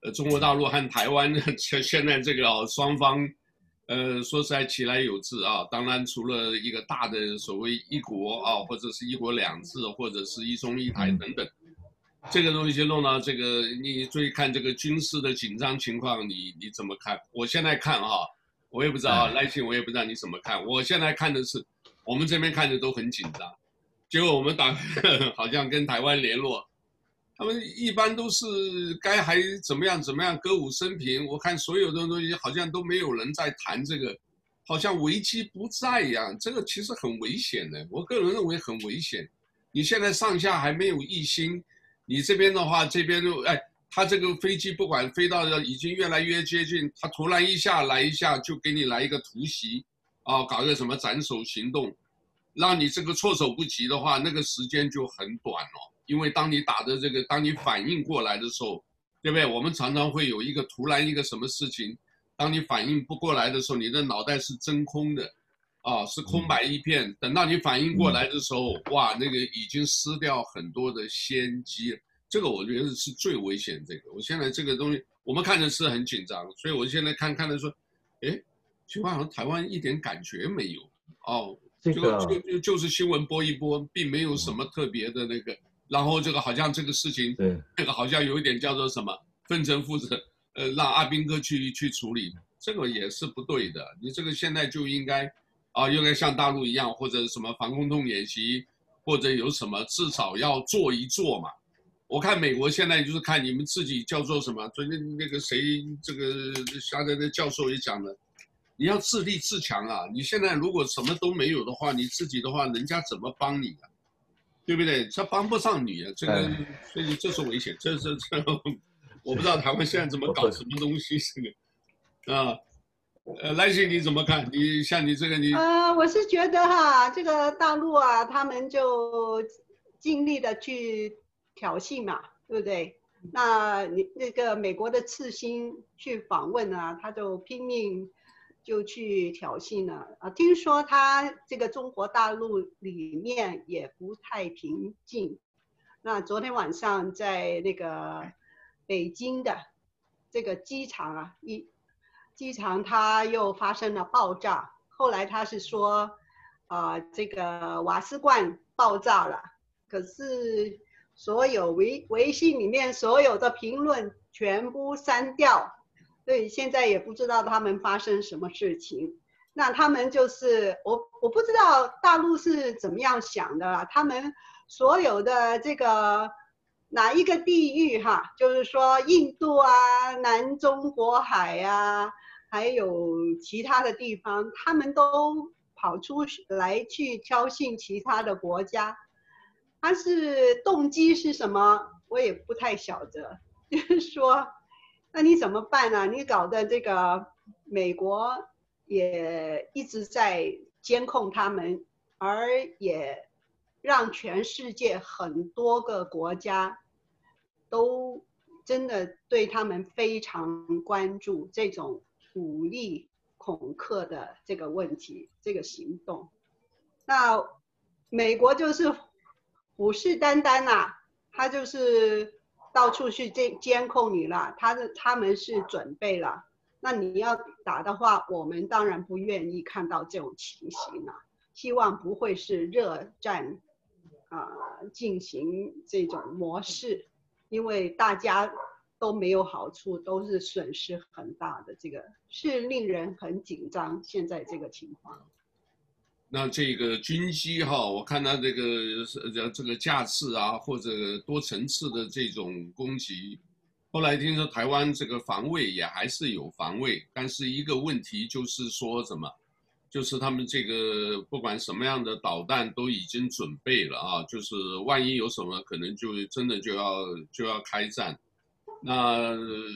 呃中国大陆和台湾现在这个啊双方，呃说实在其来有自啊。当然除了一个大的所谓一国啊，或者是一国两制，或者是一中一台等等。这个东西弄到这个，你注意看这个军事的紧张情况，你你怎么看？我现在看哈，我也不知道赖清，我也不知道你怎么看。我现在看的是，我们这边看的都很紧张，结果我们打好像跟台湾联络，他们一般都是该还怎么样怎么样歌舞升平。我看所有的东西好像都没有人在谈这个，好像危机不在一样。这个其实很危险的，我个人认为很危险。你现在上下还没有一心。你这边的话，这边就哎，他这个飞机不管飞到已经越来越接近，他突然一下来一下就给你来一个突袭，啊，搞个什么斩首行动，让你这个措手不及的话，那个时间就很短哦。因为当你打的这个，当你反应过来的时候，对不对？我们常常会有一个突然一个什么事情，当你反应不过来的时候，你的脑袋是真空的。啊，是空白一片。等到你反应过来的时候，哇，那个已经失掉很多的先机。这个我觉得是最危险。这个，我现在这个东西，我们看的是很紧张，所以我现在看看的说，哎，就好像台湾一点感觉没有。哦， 这个就就就是新闻播一播，并没有什么特别的那个。然后这个好像这个事情， 对， 这个好像有一点叫做什么分成负责，呃，让阿兵哥去去处理，这个也是不对的。你这个现在就应该。啊，应该像大陆一样，或者什么防空洞演习，或者有什么，至少要做一做嘛。我看美国现在就是看你们自己叫做什么，昨天那个谁，这个下在的教授也讲了，你要自立自强啊。你现在如果什么都没有的话，你自己的话，人家怎么帮你啊？对不对？他帮不上你啊，这个，所以这是危险。这这这，我不知道台湾现在怎么搞什么东西，这个，啊。呃，赖信你怎么看？你像你这个你呃，我是觉得哈，这个大陆啊，他们就尽力的去挑衅嘛，对不对？那你那个美国的次星去访问啊，他就拼命就去挑衅了啊。听说他这个中国大陆里面也不太平静。那昨天晚上在那个北京的这个机场啊，一。机场它又发生了爆炸，后来他是说，呃，这个瓦斯罐爆炸了，可是所有微微信里面所有的评论全部删掉，所以现在也不知道他们发生什么事情。那他们就是我我不知道大陆是怎么样想的啦，他们所有的这个。哪一个地域哈，就是说印度啊、南中国海啊，还有其他的地方，他们都跑出来去挑衅其他的国家，他是动机是什么，我也不太晓得。就是说，那你怎么办呢？你搞的这个美国也一直在监控他们，而也让全世界很多个国家都真的对他们非常关注这种武力恐吓的这个问题，这个行动。那美国就是虎视眈眈啊，他就是到处去监监控你了，他的他们是准备了。那你要打的话，我们当然不愿意看到这种情形了，希望不会是热战啊、呃、进行这种模式，因为大家都没有好处，都是损失很大的，这个是令人很紧张。现在这个情况， 那这个军机哈，我看它这个呃这个架次啊，或者多层次的这种攻击。后来听说台湾这个防卫也还是有防卫，但是一个问题就是说什么，就是他们这个不管什么样的导弹都已经准备了啊，就是万一有什么可能就真的就要就要开战。那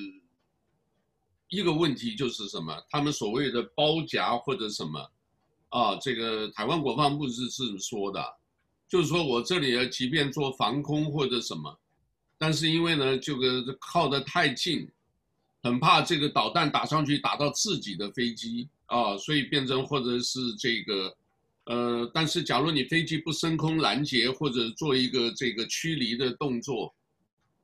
一个问题就是什么，他们所谓的包夹或者什么啊，这个台湾国防部是这么说的，就是说我这里即便做防空或者什么。但是因为呢，这个靠得太近，很怕这个导弹打上去打到自己的飞机啊，所以变成或者是这个，呃，但是假如你飞机不升空拦截或者做一个这个驱离的动作，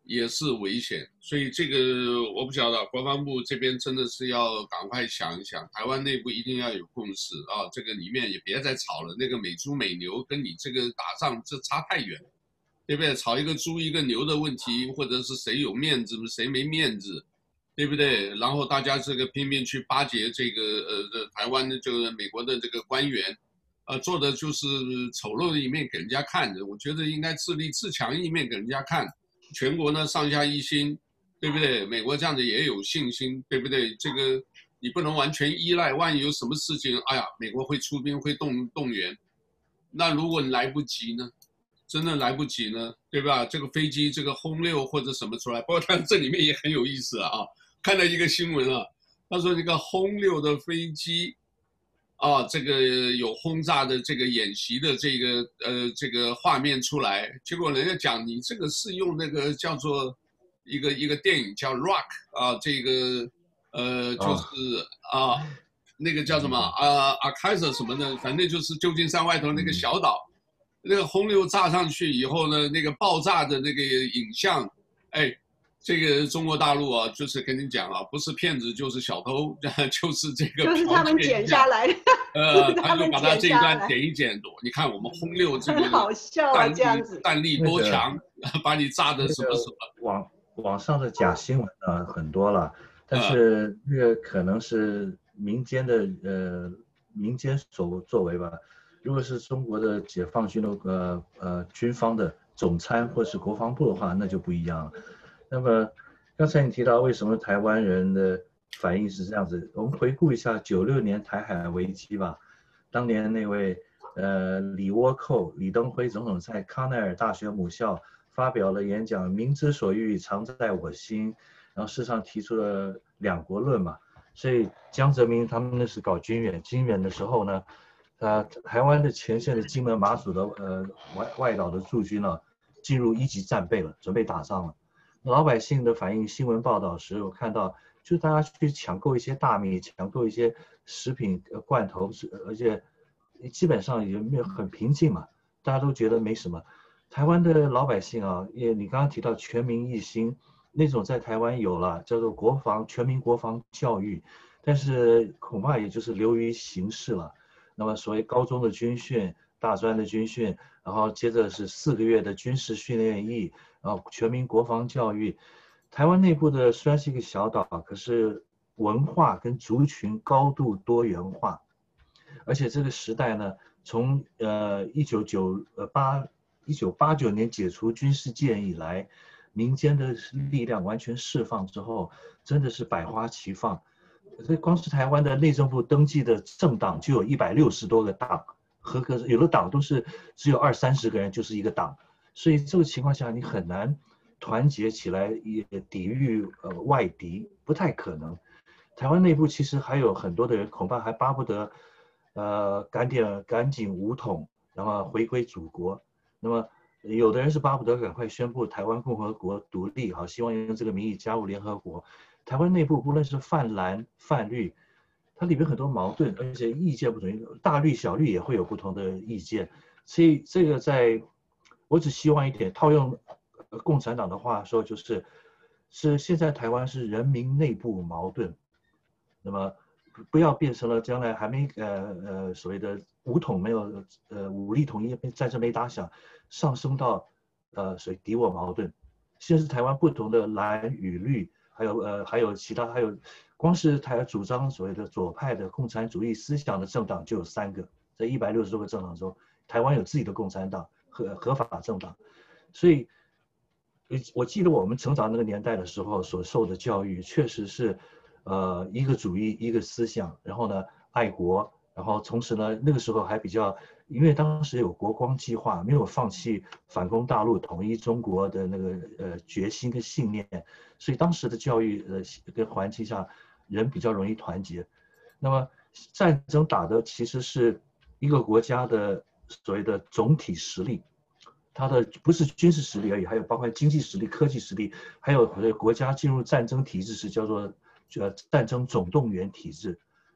也是危险。所以这个我不晓得，国防部这边真的是要赶快想一想，台湾内部一定要有共识啊，这个里面也别再吵了，那个美猪美牛跟你这个打仗这差太远了。对不对？炒一个猪一个牛的问题，或者是谁有面子谁没面子，对不对？然后大家这个拼命去巴结这个呃台湾的这个美国的这个官员，呃做的就是丑陋的一面给人家看的。我觉得应该自立自强一面给人家看，全国呢上下一心，对不对？美国这样子也有信心，对不对？这个你不能完全依赖，万一有什么事情，哎呀，美国会出兵会动动员，那如果你来不及呢？真的来不及呢，对吧？这个飞机这个轰六或者什么出来，不过它这里面也很有意思啊。看到一个新闻啊，他说这个轰六的飞机，啊，这个有轰炸的这个演习的这个呃这个画面出来，结果人家讲你这个是用那个叫做一个一个电影叫 Rock 啊，这个呃就是啊那个叫什么啊阿凯瑟什么的，反正就是旧金山外头那个小岛。那个轰流炸上去以后呢，那个爆炸的那个影像，哎，这个中国大陆啊，就是跟你讲啊，不是骗子就是小偷，就是这个就是他们剪下来， 呃，他就把他这一段剪一剪，你看我们轰六这个很好笑啊，这样子弹力多强，把你炸的什么什么。 网网上的假新闻呢很多了，但是这个可能是民间的呃民间所作为吧。如果是中国的解放军的呃呃军方的总参或是国防部的话，那就不一样了。那么刚才你提到为什么台湾人的反应是这样子，我们回顾一下九六年台海危机吧。当年那位呃李倭寇李登辉总统在康奈尔大学母校发表了演讲，民之所欲，常在我心，然后事实上提出了两国论嘛。所以江泽民他们那是搞军演，军演的时候呢。呃，台湾的前线的金门、马祖的呃外外岛的驻军呢，进入一级战备了，准备打仗了。老百姓的反应，新闻报道时我看到，就是大家去抢购一些大米，抢购一些食品、呃、罐头，而且基本上也没有很平静嘛，大家都觉得没什么。台湾的老百姓啊，也你刚刚提到全民一心那种，在台湾有了叫做国防全民国防教育，但是恐怕也就是流于形式了。那么所谓高中的军训、大专的军训，然后接着是四个月的军事训练役，然后全民国防教育。台湾内部的虽然是一个小岛，可是文化跟族群高度多元化，而且这个时代呢，从呃一九九呃八一九八九年解除军事戒严以来，民间的力量完全释放之后，真的是百花齐放。这光是台湾的内政部登记的政党就有一百六十多个党，合格有的党都是只有二三十个人就是一个党，所以这个情况下你很难团结起来也抵御呃外敌，不太可能。台湾内部其实还有很多的人恐怕还巴不得，呃赶点赶紧武统，然后回归祖国。那么有的人是巴不得赶快宣布台湾共和国独立，好，希望用这个名义加入联合国。台湾内部不论是泛蓝泛绿，它里面很多矛盾，而且意见不同，大绿小绿也会有不同的意见。所以这个在，我只希望一点，套用共产党的话说，就是是现在台湾是人民内部矛盾，那么不要变成了将来还没呃呃所谓的武统没有呃武力统一战争没打响，上升到呃所谓敌我矛盾。现在是台湾不同的蓝与绿。还有呃，还有其他，还有，光是台湾主张所谓的左派的共产主义思想的政党就有三个，在一百六十多个政党中，台湾有自己的共产党合合法政党，所以，我记得我们成长那个年代的时候所受的教育，确实是，呃，一个主义一个思想，然后呢，爱国，然后同时呢，那个时候还比较。因为当时有国光计划，没有放弃反攻大陆、统一中国的那个呃决心跟信念，所以当时的教育呃跟环境下，人比较容易团结。那么战争打的其实是一个国家的所谓的总体实力，它的不是军事实力而已，还有包括经济实力、科技实力，还有国家进入战争体制时叫做呃战争总动员体制。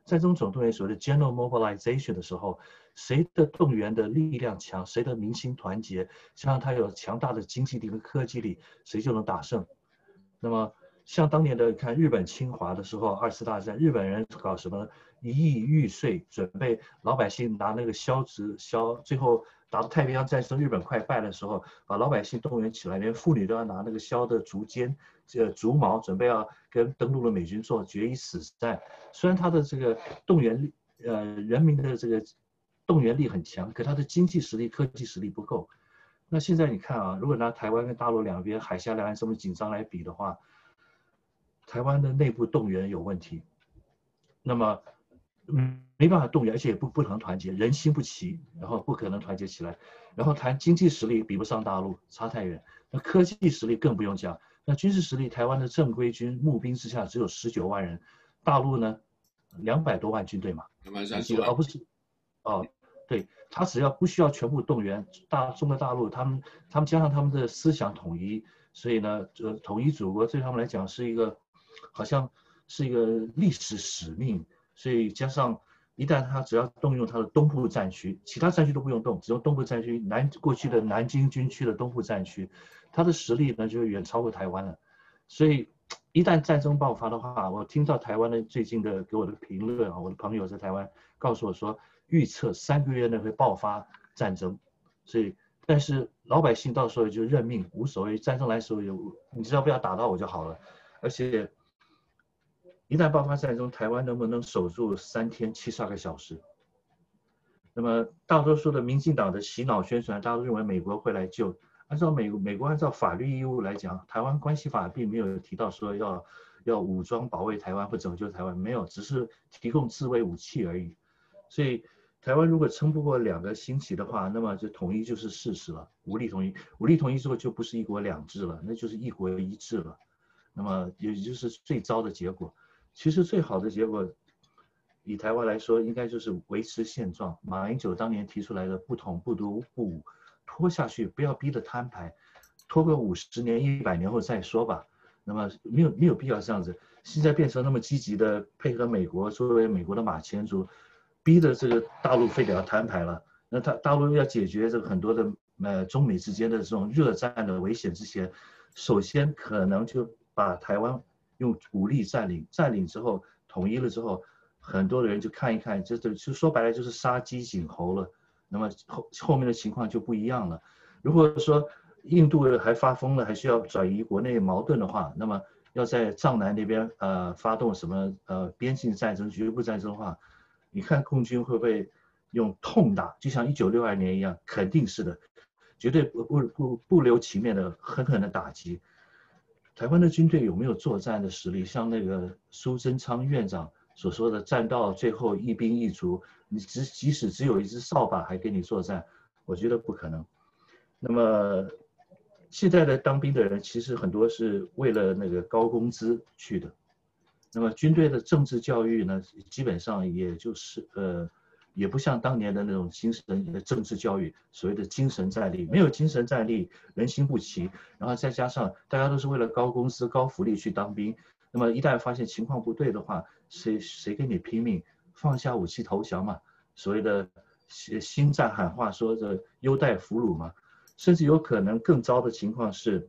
战争总动员所谓的 general mobilization 的时候，谁的动员的力量强，谁的民心团结，加上他有强大的经济力跟科技力，谁就能打胜。那么像当年的看日本侵华的时候，二次大战，日本人搞什么一亿玉碎，准备老百姓拿那个削纸削，最后打到太平洋战争，日本快败的时候，把老百姓动员起来，连妇女都要拿那个削的竹尖、这竹矛，准备要跟登陆的美军做决一死战。虽然他的这个动员力，呃，人民的这个动员力很强，可他的经济实力、科技实力不够。那现在你看啊，如果拿台湾跟大陆两边海峡两岸这么紧张来比的话，台湾的内部动员有问题，那么嗯没办法动员，而且也不不能团结，人心不齐，然后不可能团结起来。然后谈经济实力比不上大陆，差太远。那科技实力更不用讲。那军事实力，台湾的正规军募兵之下只有十九万人，大陆呢两百多万军队嘛， 两百三十万， 而不是哦。对，他只要不需要全部动员，大中国大陆他们他们加上他们的思想统一，所以呢，呃，统一祖国对他们来讲是一个，好像是一个历史使命。所以加上一旦他只要动用他的东部战区，其他战区都不用动，只用东部战区南过去的南京军区的东部战区，他的实力呢就远超过台湾了。所以一旦战争爆发的话，我听到台湾的最近的给我的评论啊，我的朋友在台湾告诉我说，预测三个月内会爆发战争，所以但是老百姓到时候就认命，无所谓，战争来的时候有，你只要不要打到我就好了。而且一旦爆发战争，台湾能不能守住三天七十二个小时？那么大多数的民进党的洗脑宣传，大家都认为美国会来救。按照美美国按照法律义务来讲，台湾关系法并没有提到说要要武装保卫台湾或拯救台湾，没有，只是提供自卫武器而已。所以台湾如果撑不过两个星期的话，那么就统一就是事实了。武力统一，武力统一之后就不是一国两制了，那就是一国一制了。那么也就是最糟的结果。其实最好的结果，以台湾来说，应该就是维持现状。马英九当年提出来的不统不独不武，拖下去，不要逼得摊牌，拖个五十年、一百年后再说吧。那么没有没有必要这样子。现在变成那么积极的配合美国，作为美国的马前卒，逼的这个大陆非得要摊牌了。那他大陆要解决这个很多的呃中美之间的这种热战的危险之前，首先可能就把台湾用武力占领，占领之后统一了之后，很多的人就看一看，这这就说白了就是杀鸡儆猴了。那么后后面的情况就不一样了。如果说印度还发疯了，还需要转移国内矛盾的话，那么要在藏南那边呃发动什么呃边境战争、局部战争的话，你看共军会不会用痛打，就像一九六二年一样？肯定是的，绝对不不不不留情面的狠狠的打击。台湾的军队有没有作战的实力？像那个苏贞昌院长所说的，战到最后一兵一卒，你只即使只有一支扫把还跟你作战，我觉得不可能。那么现在的当兵的人，其实很多是为了那个高工资去的。那么军队的政治教育呢，基本上也就是呃，也不像当年的那种精神政治教育，所谓的精神战力，没有精神战力，人心不齐，然后再加上大家都是为了高工资、高福利去当兵，那么一旦发现情况不对的话，谁谁跟你拼命，放下武器投降嘛？所谓的心战喊话，说的优待俘虏嘛，甚至有可能更糟的情况是，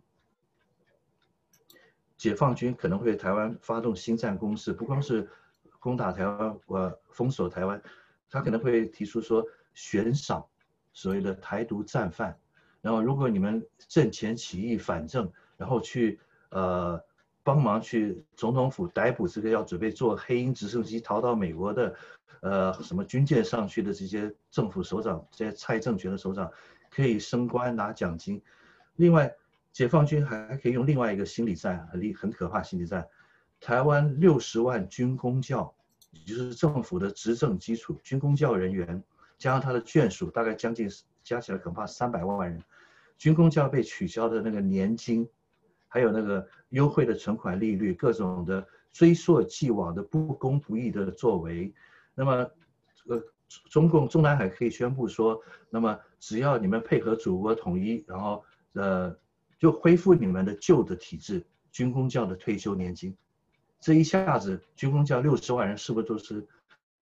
解放军可能会台湾发动新战攻势，不光是攻打台湾，呃，封锁台湾，他可能会提出说悬赏所谓的台独战犯，然后如果你们阵前起义反正，然后去呃帮忙去总统府逮捕这个要准备坐黑鹰直升机逃到美国的呃什么军舰上去的这些政府首长，这些蔡政权的首长，可以升官拿奖金。另外，解放军还可以用另外一个心理战，很厉很可怕心理战。台湾六十万军公教，也就是政府的执政基础，军公教人员加上他的眷属，大概将近加起来恐怕三百万人。军公教被取消的那个年金，还有那个优惠的存款利率，各种的追溯既往的不公不义的作为，那么呃，中共中南海可以宣布说，那么只要你们配合祖国统一，然后呃。就恢复你们的旧的体制，军公教的退休年金，这一下子军公教六十万人是不是都是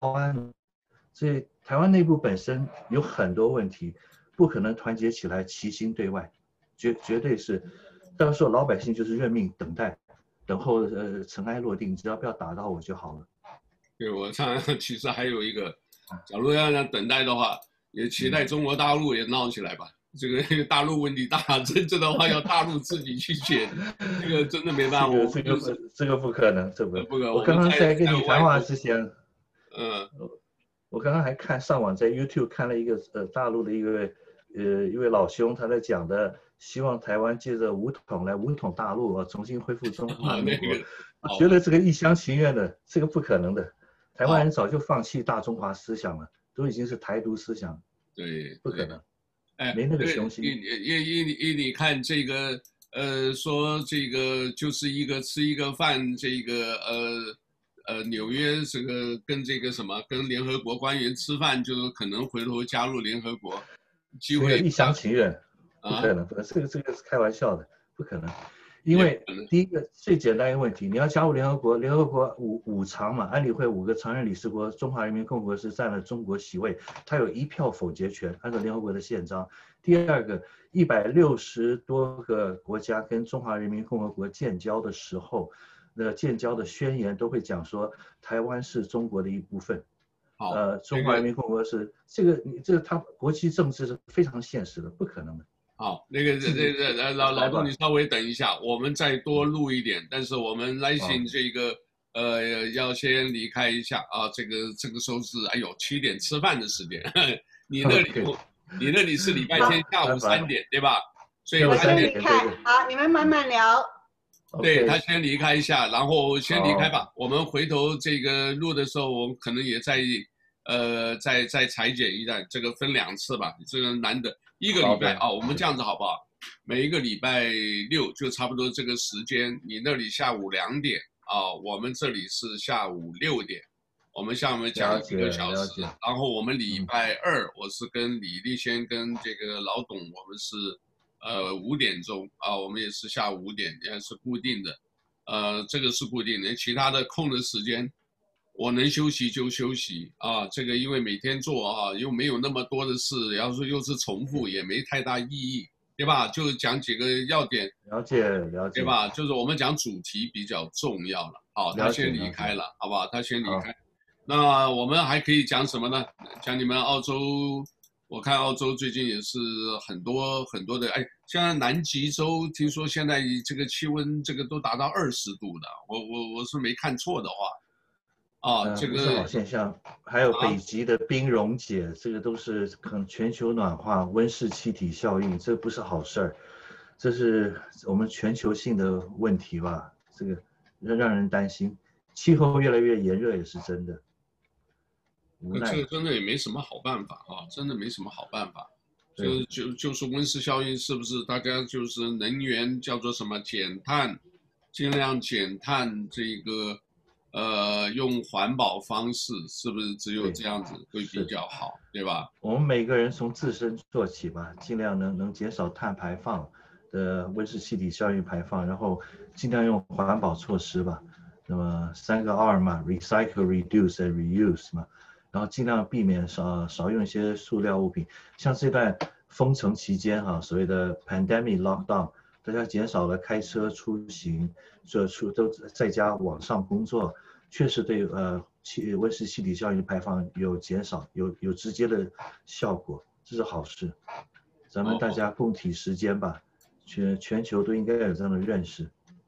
湾，所以台湾内部本身有很多问题，不可能团结起来齐心对外，绝绝对是，到时候老百姓就是认命等待，等候呃尘埃落定，只要不要打到我就好了。对， 我上其实还有一个，假如要让等待的话，也期待中国大陆也闹起来吧。这个大陆问题大，真正的话要大陆自己去解，这个真的没办法。 这个这个这个不可能，这不不可能。 我刚刚在跟你谈话之前， 嗯， 我刚刚还看上网在 YouTube 看了一个呃大陆的一位呃一位老兄他在讲的，希望台湾借着武统来武统大陆啊，重新恢复中华民国。我觉得这个一厢情愿的，这个不可能的。台湾人早就放弃大中华思想了，都已经是台独思想。 对， 不可能。 哎， 没那个雄心。 因因因因你看这个，呃，说这个就是一个吃一个饭，这个呃呃纽约这个跟这个什么跟联合国官员吃饭，就可能回头加入联合国，机会一厢情愿，不可能，不可能，这个这个是开玩笑的，不可能。因为第一个最简单一个问题，你要加入联合国，联合国五五常嘛，安理会五个常任理事国，中华人民共和国是占了中国席位，它有一票否决权，按照联合国的宪章。第二个，一百六十多个国家跟中华人民共和国建交的时候，那建交的宣言都会讲说，台湾是中国的一部分。呃，中华人民共和国是这个，你这个它国际政治是非常现实的，不可能的。 好，那个这这这老老董，你稍微等一下，我们再多录一点，但是我们来信这个呃要先离开一下啊，这个这个时候是哎呦七点吃饭的时间，你那里你那里是礼拜天下午三点对吧？所以我先离开，好，你们慢慢聊。 对他先离开一下，然后先离开吧，我们回头这个录的时候，我们可能也在呃再再裁剪一下，这个分两次吧，这个难得。一个礼拜啊，我们这样子好不好？每一个礼拜六就差不多这个时间，你那里下午两点啊，我们这里是下午六点，我们下面讲一个小时。然后我们礼拜二，我是跟李立先跟这个老董，我们是呃五点钟啊，我们也是下午五点，也是固定的，呃，这个是固定的，其他的空的时间。我能休息就休息啊，这个因为每天做啊，又没有那么多的事，然后说又是重复，也没太大意义，对吧？就讲几个要点， 了解了解， 对吧？就是我们讲主题比较重要了。好，他先离开了，好不好？他先离开。那我们还可以讲什么呢？讲你们澳洲，我看澳洲最近也是很多很多的，哎，像南极洲，听说现在这个气温这个都达到二十度的，我我我是没看错的话。啊，这个是好现象，还有北极的冰溶解，啊、这个都是可能全球暖化、温室气体效应，这不是好事儿，这是我们全球性的问题吧？这个让让人担心，气候越来越炎热也是真的。无奈， 这个真的也没什么好办法啊，真的没什么好办法。就就就是温室效应，是不是大家就是能源叫做什么减碳，尽量减碳这个。呃，用环保方式是不是只有这样子会比较好， 对, 对吧？ 我们每个人从自身做起吧，尽量能能减少碳排放的温室气体效应排放，然后尽量用环保措施吧。那么三个 R 嘛 ，recycle、reduce and reuse 嘛，然后尽量避免少少用一些塑料物品。像这段封城期间哈、啊，所谓的 pandemic lockdown。大家减少了开车出行，这出都在家网上工作，确实对呃气温室气体效应排放有减少，有有直接的效果，这是好事。咱们大家共体时艰吧，全全球都应该有这样的认识。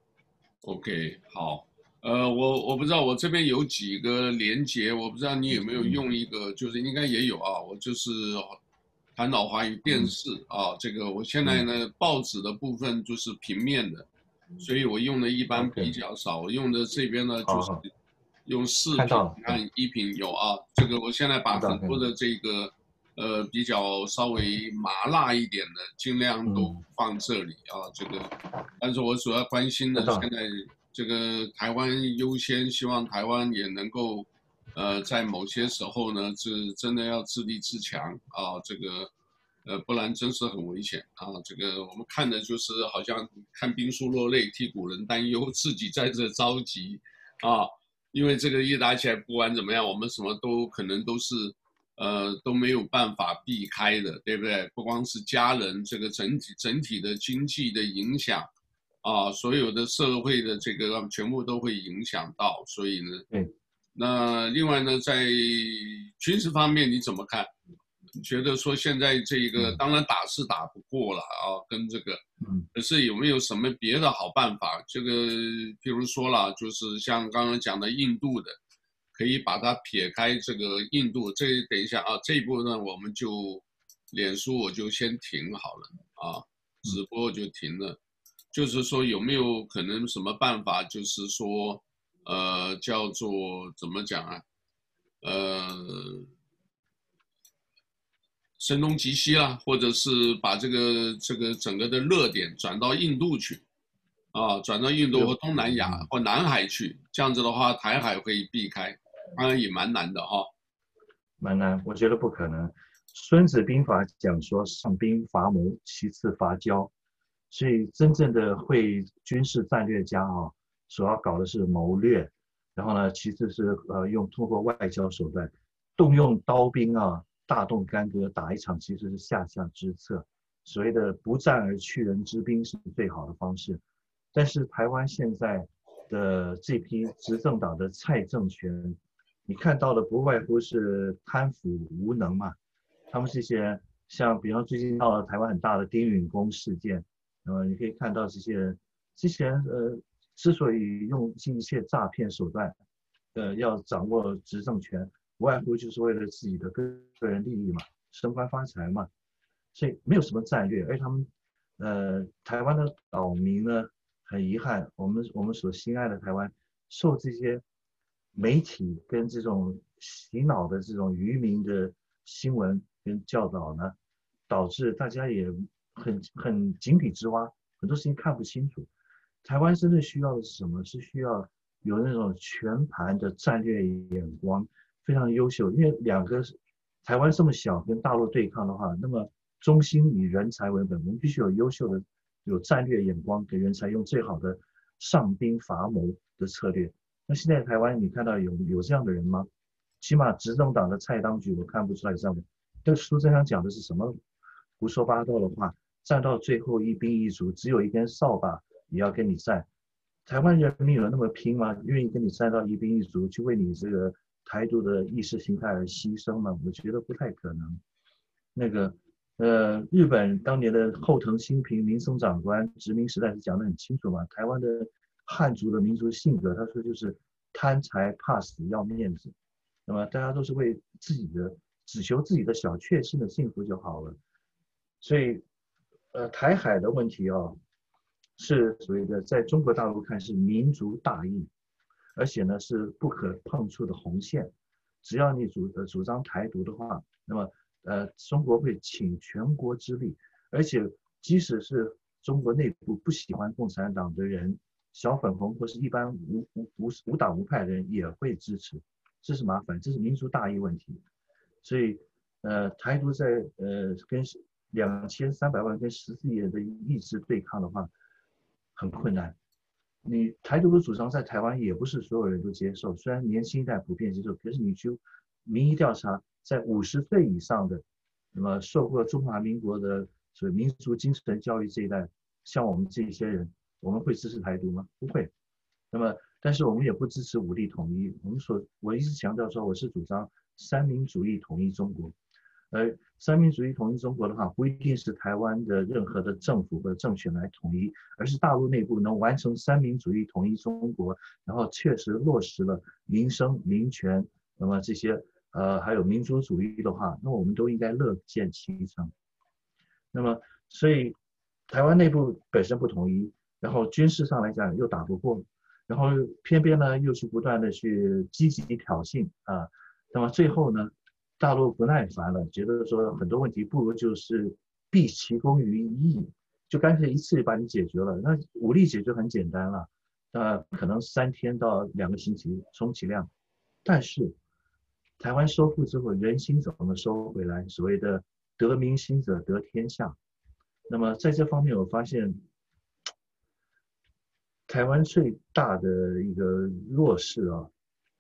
OK， 好，呃，我我不知道我这边有几个连结，我不知道你有没有用一个，就是应该也有啊，我就是。谈老华语电视啊，这个我现在呢报纸的部分就是平面的，所以我用的一般比较少。我用的这边呢就是用视频，看一屏有啊，这个我现在把很多的这个呃比较稍微麻辣一点的，尽量都放这里啊。这个，但是我主要关心的现在这个台湾优先，希望台湾也能够。呃，在某些时候呢，是真的要自立自强啊，这个，呃，不然真是很危险啊。这个我们看的就是好像看兵书落泪，替古人担忧，自己在这着急啊。 因为这个一打起来，不管怎么样，我们什么都可能都是，呃，都没有办法避开的，对不对？不光是家人，这个整体整体的经济的影响，啊，所有的社会的这个全部都会影响到，所以呢， 对。 那另外呢，在军事方面你怎么看？觉得说现在这个当然打是打不过了啊，跟这个， 嗯， 可是有没有什么别的好办法？这个譬如说了，就是像刚刚讲的印度的，可以把它撇开这个印度。这等一下啊，这一步呢我们就脸书我就先停好了啊，直播就停了。就是说有没有可能什么办法？就是说，呃，叫做怎么讲啊？呃。声东击西啦，或者是把这个这个整个的热点转到印度去，啊，转到印度或东南亚或南海去，这样子的话，台海可以避开，当然也蛮难的哈。 蛮难，我觉得不可能。孙子兵法讲说，上兵伐谋，其次伐交，所以真正的会军事战略家啊，所要搞的是谋略，然后呢，其次是呃用通过外交手段，动用刀兵啊。大动干戈打一场其实是下下之策，所谓的不战而屈人之兵是最好的方式。但是台湾现在的这批执政党的蔡政权，你看到的不外乎是贪腐无能嘛。他们这些像比方最近闹了台湾很大的丁允恭事件，呃，你可以看到这些人，这些人呃之所以用尽一切诈骗手段，呃要掌握执政权。无外乎就是为了自己的个人利益嘛，升官发财嘛，所以没有什么战略。而他们，呃，台湾的岛民呢，很遗憾，我们我们所心爱的台湾，受这些媒体跟这种洗脑的这种愚民的新闻跟教导呢，导致大家也很很井底之蛙，很多事情看不清楚。台湾真正需要的是什么？是需要有那种全盘的战略眼光。非常优秀，因为两个台湾这么小，跟大陆对抗的话，那么中心以人才为本，我们必须有优秀的、有战略眼光的人才，用最好的上兵伐谋的策略。那现在台湾，你看到有有这样的人吗？起码执政党的蔡当局，我看不出来有这样的。但苏贞昌讲的是什么胡说八道的话？战到最后一兵一卒，只有一根扫把也要跟你战。台湾人民有那么拼吗？愿意跟你战到一兵一卒，去为你这个台独的意识形态而牺牲吗？我觉得不太可能。那个，呃，日本当年的后藤新平民松长官殖民时代是讲得很清楚嘛，台湾的汉族的民族性格，他说就是贪财怕死要面子，那么大家都是为自己的只求自己的小确幸的幸福就好了。所以，呃，台海的问题啊，是所谓的在中国大陆看是民族大义。而且呢是不可碰触的红线，只要你主呃主张台独的话，那么呃中国会倾全国之力，而且即使是中国内部不喜欢共产党的人，小粉红或是一般无无无无党无派的人也会支持，这是麻烦，这是民族大义问题。所以呃台独在呃跟两千三百万跟十四亿人的意志对抗的话，很困难。你台独的主张在台湾也不是所有人都接受，虽然年轻一代普遍接受，可是你去民意调查，在五十岁以上的，那么受过中华民国的所谓民族精神教育这一代，像我们这些人，我们会支持台独吗？不会。那么，但是我们也不支持武力统一。我们所我一直强调说，我是主张三民主义统一中国。而三民主义统一中国的话，不一定是台湾的任何的政府或者政权来统一，而是大陆内部能完成三民主义统一中国，然后确实落实了民生、民权，那么这些呃还有民族主义的话，那我们都应该乐见其成。那么，所以台湾内部本身不统一，然后军事上来讲又打不过，然后偏偏呢又是不断的去积极挑衅啊，那么最后呢？大陆不耐烦了，觉得说很多问题不如就是毕其功于一役，就干脆一次把你解决了。那武力解决很简单了，那可能三天到两个星期充其量。但是台湾收复之后，人心怎么收回来？所谓的得民心者得天下。那么在这方面，我发现台湾最大的一个弱势啊，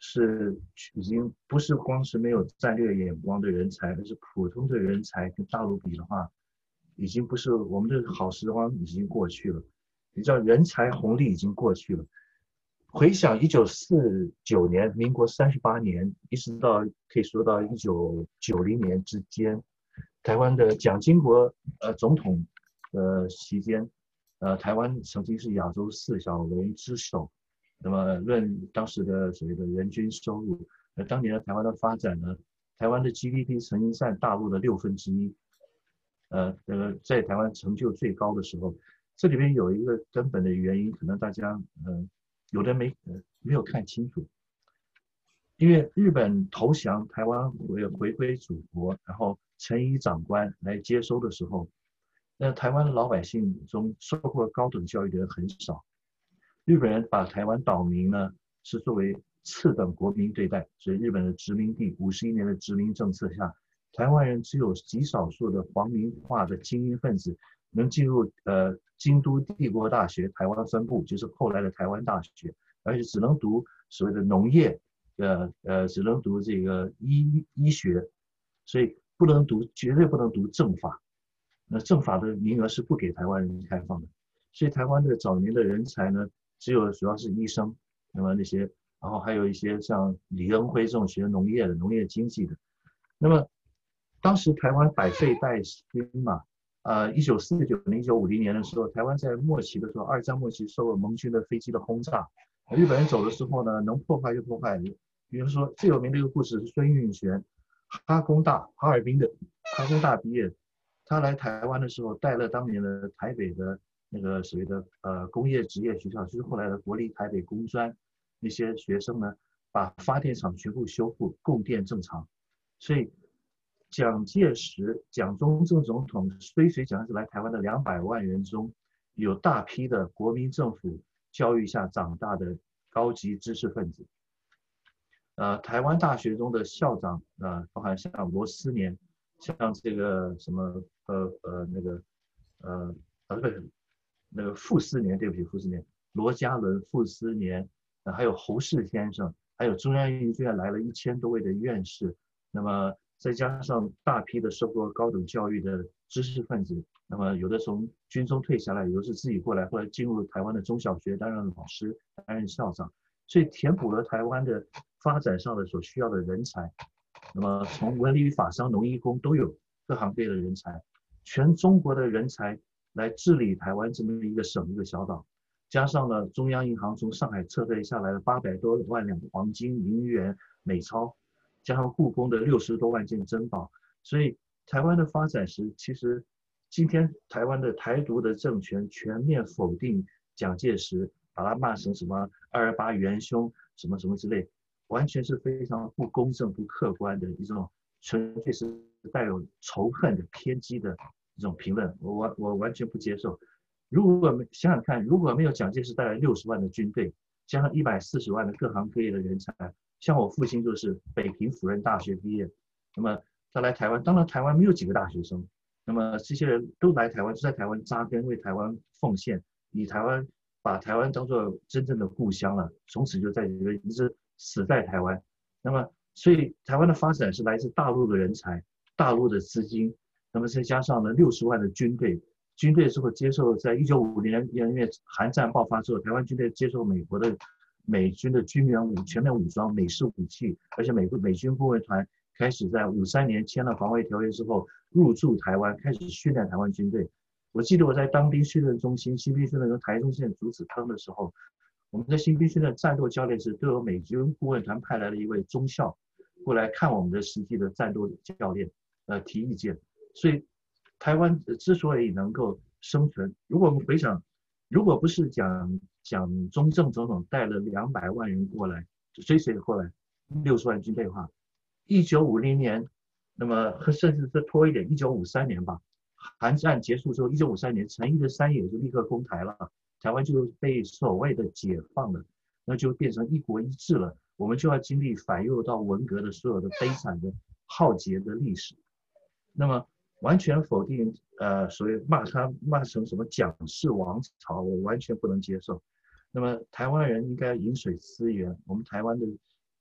是已经不是光是没有战略眼光的人才，而是普通的人才跟大陆比的话，已经不是我们的好时光已经过去了，你知道人才红利已经过去了。回想一九四九年，民国三十八年，一直到可以说到一九九零年之间，台湾的蒋经国呃总统的期间，呃，台湾曾经是亚洲四小龙之首。那么论当时的所谓的人均收入，呃，当年的台湾的发展呢，台湾的 G D P 曾经占大陆的六分之一，呃呃，在台湾成就最高的时候，这里面有一个根本的原因，可能大家呃有的没呃没有看清楚，因为日本投降台湾回回归祖国，然后陈仪长官来接收的时候，那台湾的老百姓中受过高等教育的人很少。日本人把台湾岛民呢是作为次等国民对待，所以日本的殖民地五十一年的殖民政策下，台湾人只有极少数的皇民化的精英分子能进入呃京都帝国大学台湾分部，就是后来的台湾大学，而且只能读所谓的农业，呃呃只能读这个医医学，所以不能读，绝对不能读政法。那政法的名额是不给台湾人开放的，所以台湾的早年的人才呢，只有主要是医生，那么那些，然后还有一些像李登辉这种学农业的、农业经济的。那么当时台湾百废待兴嘛，呃，一九四九年、一九五零年的时候，台湾在末期的时候，二战末期受了盟军的飞机的轰炸，日本人走的时候呢，能破坏就破坏。比如说最有名的一个故事是孙运璇，哈工大哈尔滨的哈工大毕业，他来台湾的时候带了当年的台北的那个所谓的呃工业职业学校，就是后来的国立台北工专，那些学生呢，把发电厂全部修复，供电正常。所以蒋介石、蒋中正总统追随蒋介石来台湾的两百万人中，有大批的国民政府教育下长大的高级知识分子。呃，台湾大学中的校长呃，包含像罗斯年，像这个什么呃呃那个呃啊不是那个傅斯年，对不起傅斯年，罗家伦、傅斯年，呃还有侯氏先生，还有中央研究院来了一千多位的院士，那么再加上大批的受过高等教育的知识分子，那么有的从军中退下来，有的是自己过来，后来进入台湾的中小学担任老师、担任校长，所以填补了台湾的发展上的所需要的人才。那么从文理法商、农医工都有各行各业的人才，全中国的人才来治理台湾这么一个省一个小岛，加上了中央银行从上海撤退下来的八百多万两黄金、银元、美钞，加上故宫的六十多万件珍宝，所以台湾的发展史，其实今天台湾的台独的政权全面否定蒋介石，把他骂成什么二二八元凶什么什么之类，完全是非常不公正、不客观的一种，纯粹是带有仇恨的、偏激的一种评论，我完我完全不接受。如果想想看，如果没有蒋介石带来六十万的军队，加上一百四十万的各行各业的人才，像我父亲就是北平辅仁大学毕业，那么他来台湾，当然台湾没有几个大学生，那么这些人都来台湾，就在台湾扎根，为台湾奉献，以台湾把台湾当作真正的故乡了，从此就在这个一直死在台湾。那么所以台湾的发展是来自大陆的人才、大陆的资金，那么再加上呢六十万的军队，军队之后接受在一九五零年因为韩战爆发之后，台湾军队接受美国的美军的军援武全面武装、美式武器，而且美国美军顾问团开始在五三年签了防卫条约之后入驻台湾，开始训练台湾军队。我记得我在当兵训练中心新兵训练中台中县竹子坑的时候，我们在新兵训练战斗教练时都有美军顾问团派来了一位中校过来看我们的实际的战斗教练，呃提意见。所以台湾之所以能够生存，如果我们回想，如果不是蒋蒋中正总统带了两百万人过来，追随过来六十万军队的话，一九五零年，那么甚至再拖一点，一九五三年吧，韩战结束之后，一九五三年陈仪的三野就立刻攻台了，台湾就被所谓的解放了，那就变成一国一制了。我们就要经历反右到文革的所有的悲惨的浩劫的历史。那么完全否定，呃，所谓骂他骂成什么蒋氏王朝，我完全不能接受。那么台湾人应该饮水思源，我们台湾的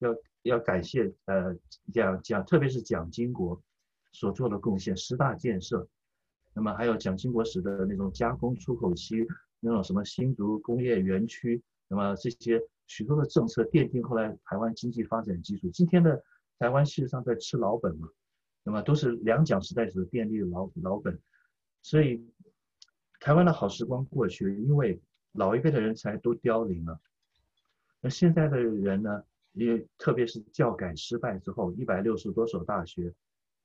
要要感谢呃蒋蒋，特别是蒋经国所做的贡献，十大建设，那么还有蒋经国时的那种加工出口期，那种什么新竹工业园区，那么这些许多的政策奠定后来台湾经济发展基础。今天的台湾事实上在吃老本嘛，那么都是两蒋时代所奠定的老老本，所以台湾的好时光过去，因为老一辈的人才都凋零了，那现在的人呢，也特别是教改失败之后，一百六十多所大学，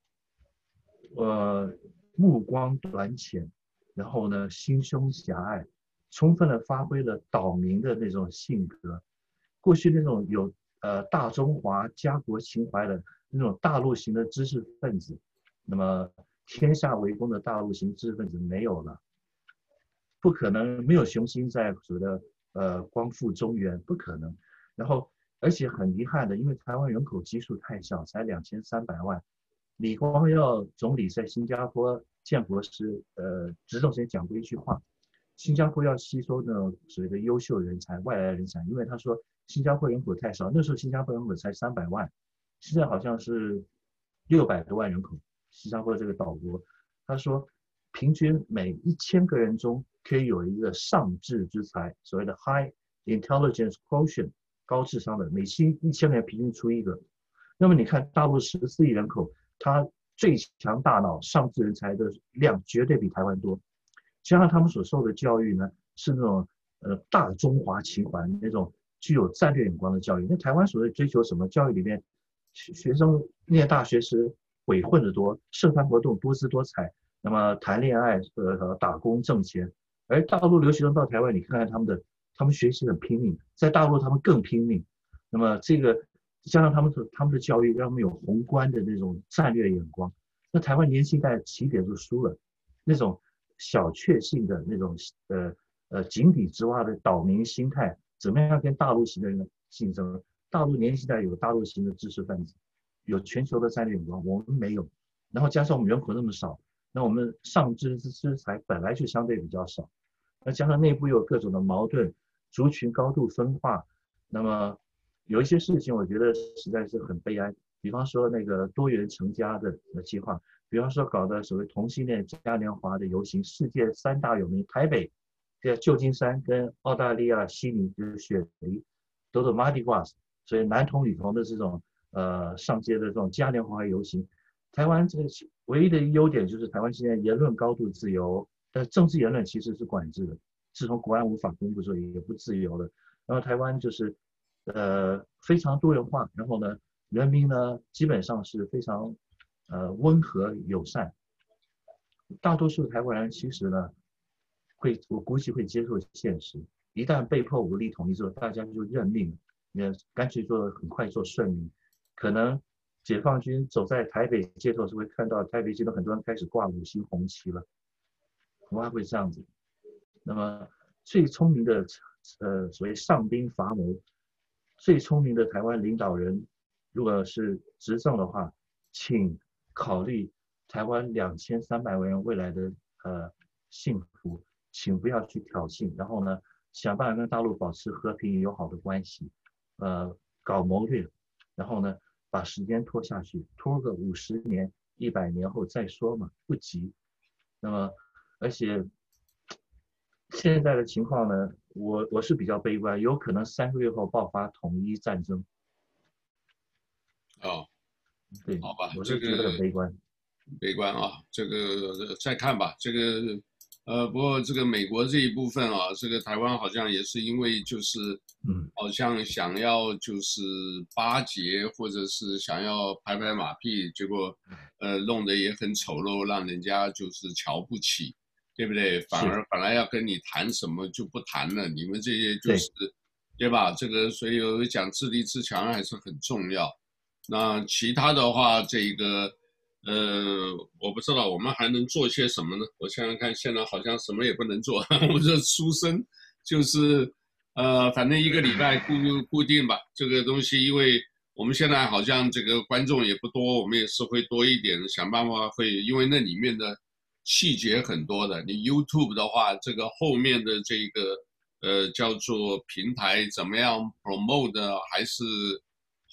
呃，目光短浅，然后呢，心胸狭隘，充分的发挥了岛民的那种性格。过去那种有呃大中华家国情怀的那种大陆型的知识分子，那么天下为公的大陆型知识分子没有了，不可能没有雄心在所谓的呃光复中原，不可能。然后而且很遗憾的，因为台湾人口基数太小，才两千三百万。李光耀总理在新加坡建国时，呃，执政时讲过一句话：新加坡要吸收那种所谓的优秀人才、外来人才，因为他说新加坡人口太少，那时候新加坡人口才三百万，现在好像是六百多万人口。新加坡这个岛国，他说平均每一千个人中可以有一个上智之才，所谓的 high intelligence quotient， 高智商的，每期一千人平均出一个。那么你看大陆十四亿人口，他最强大脑上智人才的量绝对比台湾多，加上他们所受的教育呢，是那种呃大中华情怀，那种具有战略眼光的教育。那台湾所谓追求什么？教育里面学生念大学时鬼混的多，社团活动多姿多彩，那么谈恋爱呃打工挣钱。而大陆留学生到台湾，你看看他们的，他们学习很拼命，在大陆他们更拼命。那么这个加上他们的他们的教育，让他们有宏观的那种战略眼光。那台湾年轻代起点就输了，那种小确幸的那种呃呃井底之蛙的岛民心态，怎么样跟大陆型的人竞争？大陆年轻代有大陆型的知识分子，有全球的战略眼光，我们没有。然后加上我们人口那么少，那我们上知之才本来就相对比较少，那加上内部又有各种的矛盾，族群高度分化，那么有一些事情我觉得实在是很悲哀。比方说那个多元成家的计划，比方说搞的所谓同性恋嘉年华的游行，世界三大有名，台北、旧金山跟澳大利亚悉尼就是雪梨，都是 Mardi Gras， 所以男同女同的这种呃上街的这种嘉年华游行。台湾这个唯一的优点就是台湾现在言论高度自由，但政治言论其实是管制的，自从国安无法公布之后也不自由了。然后台湾就是呃非常多元化，然后呢人民呢基本上是非常呃温和友善，大多数台湾人其实呢会我估计会接受现实，一旦被迫武力统一之后，大家就认命，也干脆做很快做顺民。可能解放军走在台北街头时会看到台北街头很多人开始挂五星红旗了，恐怕会这样子。那么最聪明的呃所谓上兵伐谋，最聪明的台湾领导人如果是执政的话，请考虑台湾两千三百万人未来的呃幸福，请不要去挑衅，然后呢想办法跟大陆保持和平友好的关系，呃搞谋略，然后呢把时间拖下去，拖个五十年、一百年后再说嘛，不急。那么，而且现在的情况呢，我我是比较悲观，有可能三个月后爆发统一战争。 哦， 对， 好吧， 我是觉得很悲观。 悲观啊，这个再看吧，这个。呃，不过这个美国这一部分啊，这个台湾好像也是因为就是，嗯，好像想要就是巴结或者是想要拍拍马屁，结果，呃，弄得也很丑陋，让人家就是瞧不起，对不对？反而本来要跟你谈什么就不谈了，你们这些就是，对吧？这个所以有讲自立自强还是很重要。那其他的话，这个。呃，我不知道我们还能做些什么呢？我想想看，现在好像什么也不能做。我们这书生就是，呃，反正一个礼拜固固定吧。这个东西，因为我们现在好像这个观众也不多，我们也是会多一点，想办法会，因为那里面的细节很多的。你 YouTube 的话，这个后面的这个呃叫做平台怎么样 promote 还是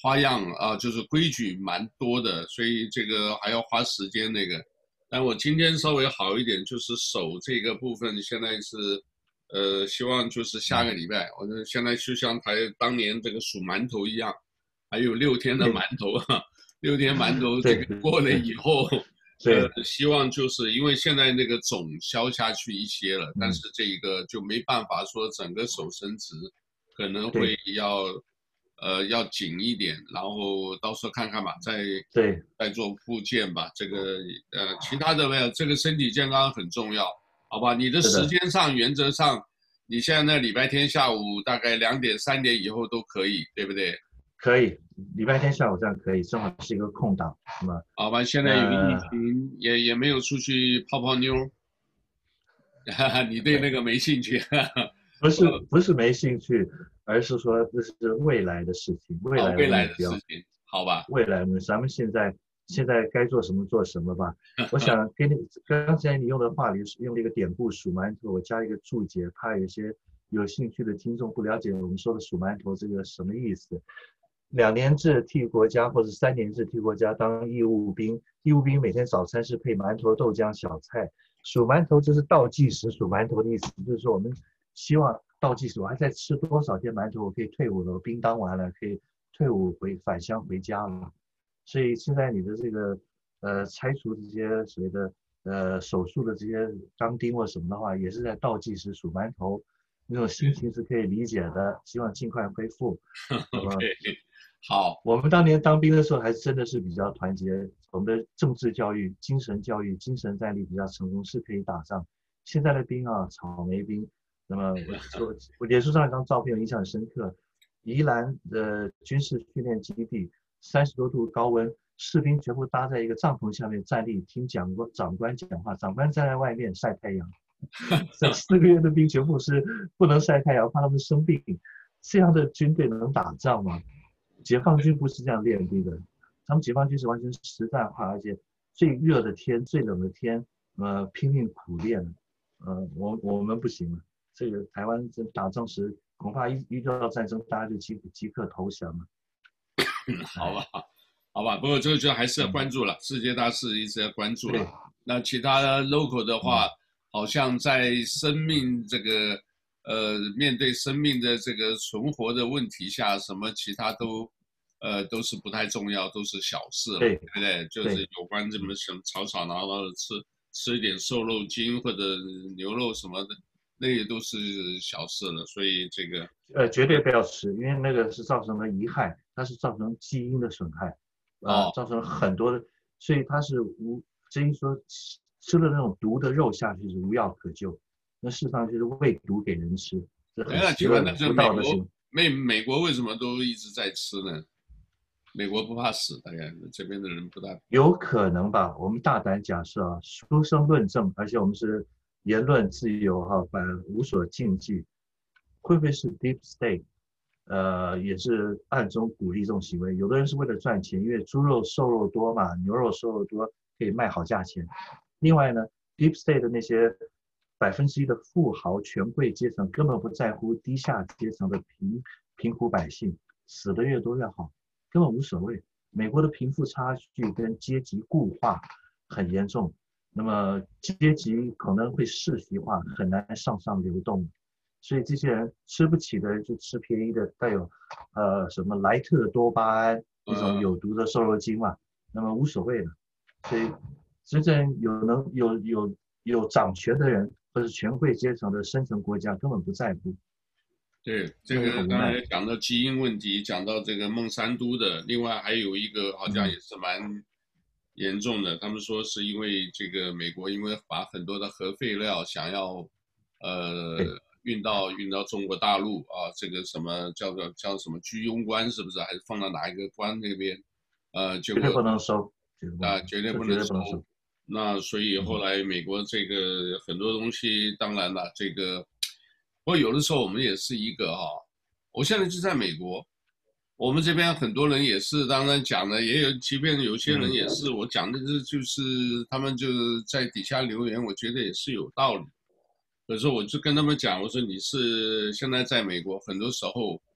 花样啊，就是规矩蛮多的，所以这个还要花时间那个。但我今天稍微好一点，就是手这个部分现在是，呃，希望就是下个礼拜，我现在就像台当年这个数馒头一样，还有六天的馒头啊，六天馒头这个过了以后，呃，希望就是因为现在那个肿消下去一些了，但是这个就没办法说整个手伸直，可能会要。呃，要紧一点，然后到时候看看吧，再对再做复健吧。这个呃，其他的没有，这个身体健康很重要，好吧？你的时间上原则上，你现在那礼拜天下午大概两点三点以后都可以，对不对？ 可以，礼拜天下午这样可以，正好是一个空档，那么好吧？现在有疫情，呃、也也没有出去泡泡妞，哈哈，你对那个没兴趣？ 不是不是没兴趣。而是说这是未来的事情，未来的未来的事情，好吧？ 未来的，咱们现在现在该做什么做什么吧。我想给你刚才你用的话里用了一个典故数馒头，我加一个注解，怕有些有兴趣的听众不了解我们说的数馒头这个什么意思。两年制替国家或者三年制替国家当义务兵，义务兵每天早餐是配馒头、豆浆、小菜。数馒头就是倒计时数馒头的意思，就是说我们希望。倒计时，我还在吃多少天馒头，我可以退伍了，我兵当完了，可以退伍回返乡回家了。所以现在你的这个呃拆除这些所谓的呃手术的这些钢钉或什么的话，也是在倒计时数馒头，那种心情是可以理解的，希望尽快恢复。 OK， 好， 我们当年当兵的时候还真的是比较团结，我们的政治教育、精神教育、精神战力比较成功，是可以打仗。现在的兵啊，草莓兵。那么我说，我脸书上一张照片我印象很深刻，宜兰的军事训练基地，三十多度高温，士兵全部搭在一个帐篷下面站立，听讲官长官讲话，长官站在外面晒太阳。这四个月的兵全部是不能晒太阳，怕他们生病。这样的军队能打仗吗？解放军不是这样练兵的，他们解放军是完全实战化，而且最热的天、最冷的天，呃，拼命苦练。呃，我我们不行了。这个台湾这打仗时，恐怕一遇到战争，大家就即即刻投降了。 好吧，好吧，不过这个就还是要关注了，世界大事一直要关注了。那其他 local 的话，好像在生命这个呃面对生命的这个存活的问题下，什么其他都呃都是不太重要，都是小事了，对不对？就是有关这么什么吵吵闹闹的吃吃一点瘦肉精或者牛肉什么的。那也都是小事了，所以这个呃绝对不要吃，因为那个是造成了遗害，它是造成基因的损害，呃，造成很多的，所以它是无，至于说吃了那种毒的肉下去是无药可救，那事实上就是喂毒给人吃，这很邪恶的不道德性。 美美国为什么都一直在吃呢？美国不怕死，大概这边的人不大有可能吧。我们大胆假设啊，书生论证，而且我们是。言论自由哈，反无所禁忌，会不会是 Deep State？ 呃，也是暗中鼓励这种行为。有的人是为了赚钱，因为猪肉瘦肉多嘛，牛肉瘦肉多，可以卖好价钱。另外呢 ，Deep State 的那些百分之一的富豪权贵阶层根本不在乎低下阶层的贫贫苦百姓，死的越多越好，根本无所谓。美国的贫富差距跟阶级固化很严重。那么阶级可能会世袭化，很难向上流动，所以这些人吃不起的就吃便宜的，带有呃什么莱特多巴胺那种有毒的瘦肉精嘛，那么无所谓的。所以真正有能有有有掌权的人或是权贵阶层的深层国家根本不在乎。 对，这个刚才讲到基因问题，讲到这个孟山都的，另外还有一个好像也是蛮严重的，他们说是因为这个美国因为把很多的核废料想要呃运到运到中国大陆啊，这个什么叫做叫什么居庸关是不是？还是放到哪一个关那边？呃，结果绝对不能收啊，绝对不能收。那所以后来美国这个很多东西，当然了，这个不过有的时候我们也是一个哈，我现在就在美国。我们这边很多人也是，当然讲的也有，即便有些人也是，我讲的是就是他们就在底下留言，我觉得也是有道理。可是我就跟他们讲，我说你是现在在美国，很多时候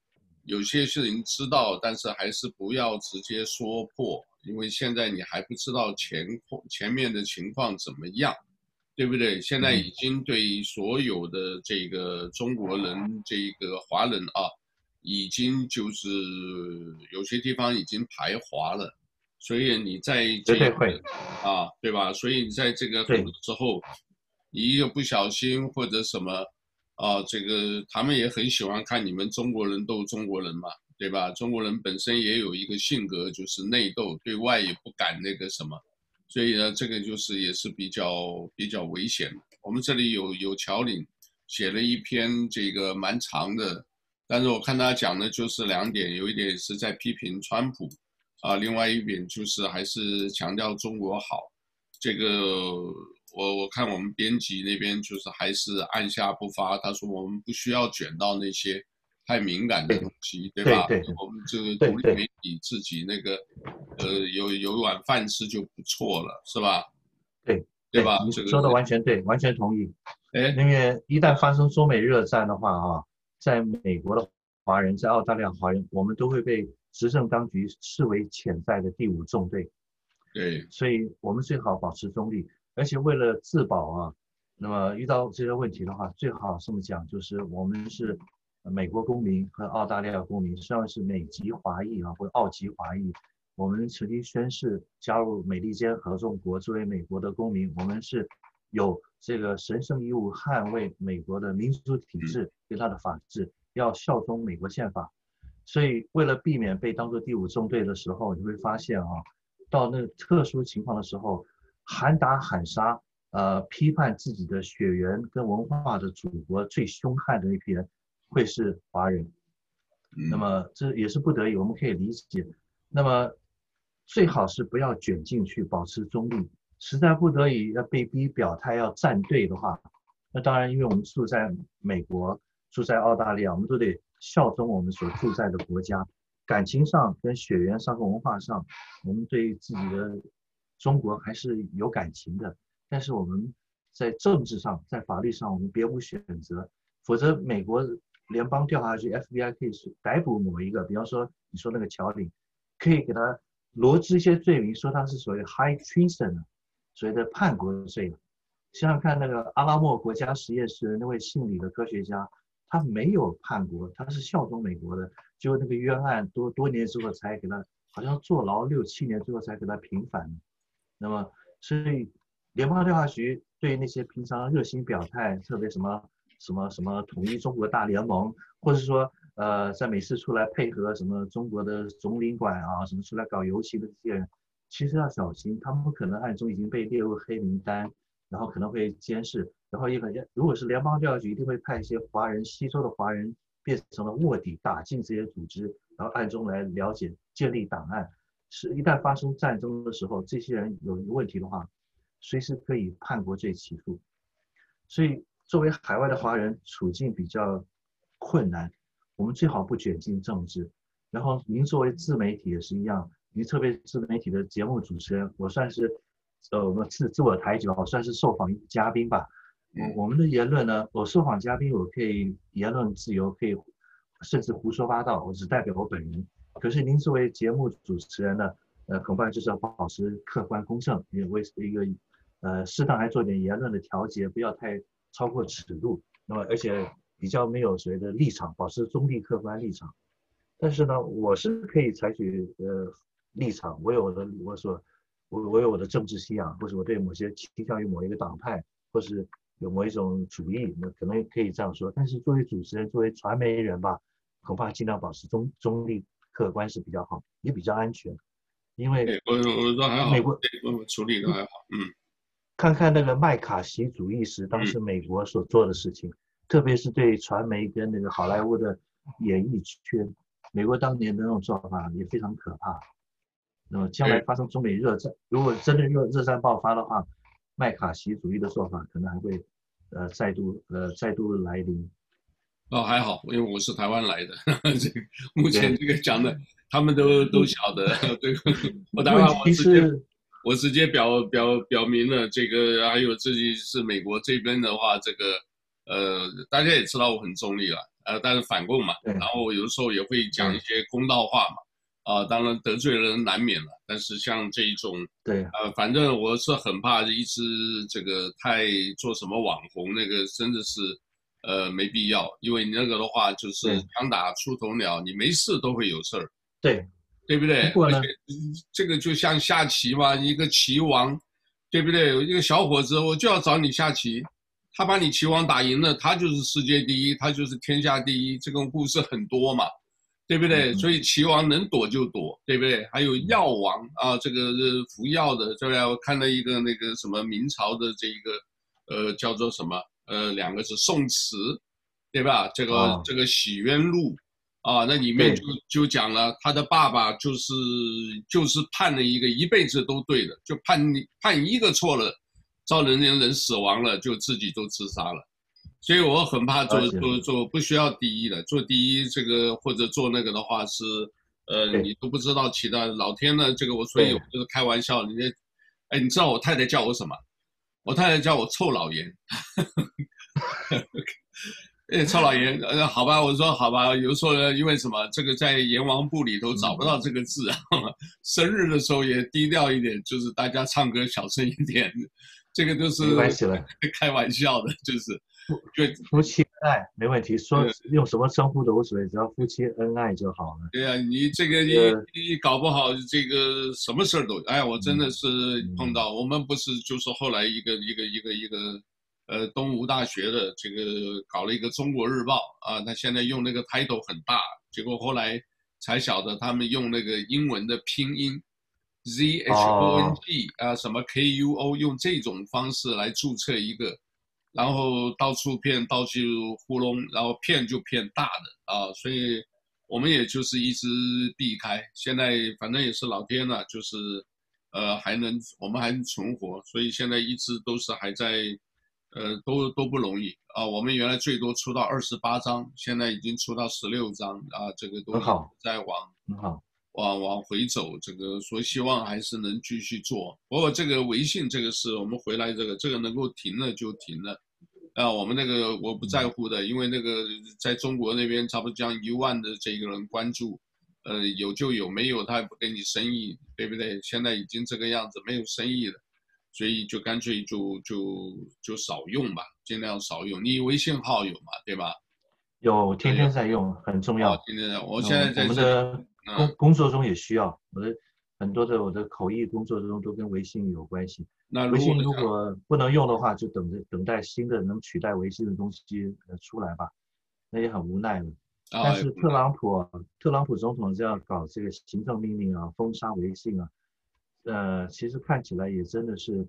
有些事情知道，但是还是不要直接说破，因为现在你还不知道前前面的情况怎么样，对不对？现在已经对所有的这个中国人、这个华人啊，已经就是有些地方已经排华了，所以你在这个啊，对吧？所以你在这个很多时候，你一个不小心或者什么。啊，这个他们也很喜欢看你们中国人斗中国人嘛，对吧？中国人本身也有一个性格，就是内斗，对外也不敢那个什么，所以呢，这个就是也是比较比较危险的。我们这里有有乔领写了一篇这个蛮长的，但是我看他讲的就是两点，有一点是在批评川普，啊，另外一点就是还是强调中国好，这个。我我看我们编辑那边就是还是按下不发，他说我们不需要卷到那些太敏感的东西，对吧？ 对对， 我们这个独立媒体自己那个呃有有一碗饭吃就不错了，是吧？ 对对吧？ 你说的完全对，完全同意。 哎， 因为一旦发生中美热战的话啊，在美国的华人，在澳大利亚华人，我们都会被执政当局视为潜在的第五纵队。 对， 所以我们最好保持中立。而且为了自保啊，那么遇到这些问题的话，最好这么讲，就是我们是美国公民和澳大利亚公民，实际上是美籍华裔啊，或者澳籍华裔。我们曾经宣誓加入美利坚合众国，作为美国的公民，我们是有这个神圣义务捍卫美国的民主体制跟它的法治，要效忠美国宪法。所以为了避免被当作第五纵队的时候，你会发现啊，到那特殊情况的时候，喊打喊杀，呃，批判自己的血缘跟文化的祖国最凶悍的那批人，会是华人。那么这也是不得已，我们可以理解。那么最好是不要卷进去，保持中立。实在不得已要被逼表态要站队的话，那当然，因为我们住在美国，住在澳大利亚，我们都得效忠我们所住在的国家。感情上、跟血缘上、跟文化上，我们对自己的中国还是有感情的，但是我们在政治上、在法律上，我们别无选择，否则美国联邦调查局 F B I 可以逮捕某一个，比方说你说那个乔领，可以给他罗织一些罪名，说他是所谓 high treason， 所谓的叛国罪。想想看，那个阿拉莫国家实验室那位姓李的科学家，他没有叛国，他是效忠美国的，结果那个冤案多多年之后才给他，好像坐牢六七年之后才给他平反。那么，所以联邦调查局对那些平常热心表态，特别什么什么什么统一中国大联盟，或者说呃在每次出来配合什么中国的总领馆啊，什么出来搞游行的这些人，其实要小心，他们可能暗中已经被列入黑名单，然后可能会监视，然后一个如果是联邦调查局，一定会派一些华人西周的华人变成了卧底，打进这些组织，然后暗中来了解、建立档案。是一旦发生战争的时候，这些人有问题的话，随时可以叛国罪起诉。所以作为海外的华人，处境比较困难，我们最好不卷进政治。然后您作为自媒体也是一样，您特别自媒体的节目主持人，我算是呃我们自自我抬举，我算是受访嘉宾吧。我我们的言论呢，我受访嘉宾我可以言论自由，可以甚至胡说八道，我只代表我本人。可是您作为节目主持人呢，呃，恐怕就是要保持客观公正，也为一个呃适当来做点言论的调节，不要太超过尺度。那么而且比较没有所谓的立场，保持中立客观立场。但是呢，我是可以采取呃立场，我有我的我所我我有我的政治信仰，或者我对某些倾向于某一个党派，或是有某一种主义，那可能可以这样说。但是作为主持人，作为传媒人吧，恐怕尽量保持中中立。客观是比较好，也比较安全，因为我我说还好， 美国我处理的还好，嗯， 看看那个麦卡锡主义时，当时美国所做的事情，嗯、特别是对传媒跟那个好莱坞的演艺圈，美国当年的那种做法也非常可怕。那么将来发生中美热战，如果真的热热战爆发的话，麦卡锡主义的做法可能还会呃再度呃再度来临。 哦，还好，因为我是台湾来的，这个目前这个讲的，他们都都晓得。对，我当然我直接我直接表表表明了这个，还有自己是美国这边的话，这个呃，大家也知道我很中立了， 呃，但是反共嘛，然后有的时候也会讲一些公道话嘛，啊、呃，当然得罪人难免了，但是像这一种， 对， 呃，反正我是很怕一直这个太做什么网红，那个真的是，呃，没必要，因为你那个的话就是枪打出头鸟，你没事都会有事儿， 对， 对不对？ 不过呢， 而且这个就像下棋嘛，一个棋王，对不对？有一个小伙子，我就要找你下棋。他把你棋王打赢了，他就是世界第一，他就是天下第一，这种故事很多嘛，对不对？所以棋王能躲就躲，对不对？还有药王啊，这个是服药的，对不对？我看到一个那个什么明朝的这一个，呃，叫做什么？呃，两个是宋词，对吧？这个、哦、这个《洗冤录》啊，那里面就就讲了，他的爸爸就是就是判了一个一辈子都对的，就判判一个错了。招人家人死亡了，就自己都自杀了，所以我很怕做做做不需要第一的，做第一这个或者做那个的话是，呃，你都不知道其他老天呢，这个我所以我就是开玩笑，人家，哎，你知道我太太叫我什么？我太太叫我臭老爷，哎，臭老爷，呃，好吧，我说好吧，有时候呢，因为什么，这个在阎王簿里头找不到这个字啊，生日的时候也低调一点，就是大家唱歌小声一点。这个就是没关系了， 开玩笑的，就是， 对，夫妻恩爱没问题，说用什么称呼都无所谓，只要夫妻恩爱就好了。 对呀、啊，你这个你你搞不好这个什么事儿都，哎，我真的是碰到，嗯、我们不是就是后来一个一个一个一个，呃，东吴大学的这个搞了一个中国日报啊，他现在用那个 title 很大，结果后来才晓得他们用那个英文的拼音。Z H O N G 啊，什么 K U O， 用这种方式来注册一个，然后到处骗，到处糊弄，然后骗就骗大的啊，所以我们也就是一直避开。现在反正也是老天了，就是呃还能我们还能存活，所以现在一直都是还在，呃都都不容易啊。我们原来最多出到二十八章，现在已经出到十六章啊，这个都在往很好。 往往回走，这个所以希望还是能继续做。不过这个微信这个事，我们回来这个这个能够停了就停了，啊，我们那个我不在乎的，因为那个在中国那边差不多将一万的这个人关注，呃，有就有，没有他也不给你生意，对不对？现在已经这个样子，没有生意了，所以就干脆就就就少用吧，尽量少用。你微信号有嘛，对吧？ 有，天天在用，很重要。 哦、天天在，我现在在我们的工、嗯、工作中也需要，我的很多的我的口译工作中都跟微信有关系。 那微信如果不能用的话，就等着等待新的能取代微信的东西出来吧，那也很无奈了。 哦、 但是特朗普、啊，特朗普总统这样搞这个行政命令啊，封杀微信啊，呃，其实看起来也真的是，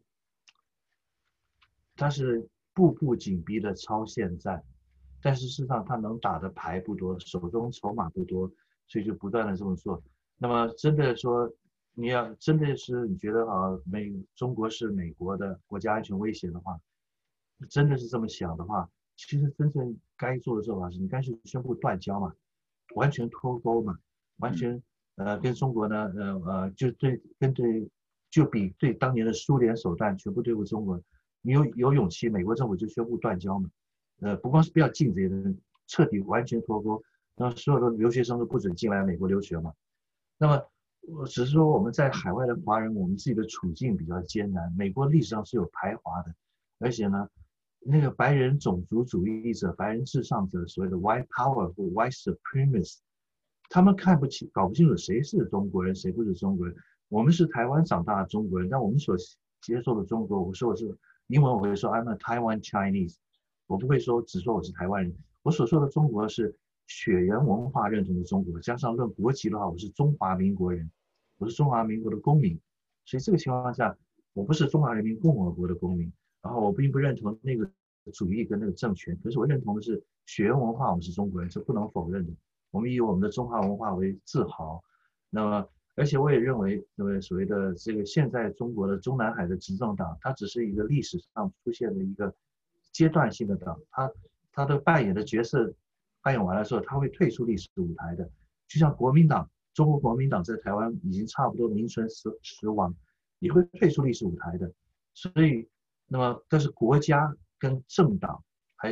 他是步步紧逼的超限战。但是事实上，他能打的牌不多，手中筹码不多，所以就不断的这么做。那么真的说，你要真的是你觉得啊，美中国是美国的国家安全威胁的话，真的是这么想的话，其实真正该做的做法是，你干脆宣布断交嘛，完全脱钩嘛，完全呃跟中国呢呃呃就对跟对就比对当年的苏联手段全部对付中国，你有有勇气，美国政府就宣布断交嘛。呃，不光是不要禁这些人，彻底完全脱钩，那所有的留学生都不准进来美国留学嘛。那么，我只是说我们在海外的华人，我们自己的处境比较艰难。美国历史上是有排华的，而且呢，那个白人种族主义者、白人至上者，所谓的 white power 或 white supremacists， 他们看不起、搞不清楚谁是中国人，谁不是中国人。我们是台湾长大的中国人，但我们所接受的中国，我说我是英文，我会说 I'm a Taiwan Chinese。我不会说只说我是台湾人，我所说的中国是血缘文化认同的中国，加上论国籍的话，我是中华民国人，我是中华民国的公民，所以这个情况下，我不是中华人民共和国的公民，然后我并不认同那个主义跟那个政权，可是我认同的是血缘文化，我们是中国人，是不能否认的，我们以我们的中华文化为自豪。那么，而且我也认为，那么所谓的这个现在中国的中南海的执政党，它只是一个历史上出现的一个阶段性的党，他他的扮演的角色扮演完了之后，他会退出历史舞台的。就像国民党，中国国民党在台湾已经差不多名存实实亡，也会退出历史舞台的。所以，那么但是国家跟政党还有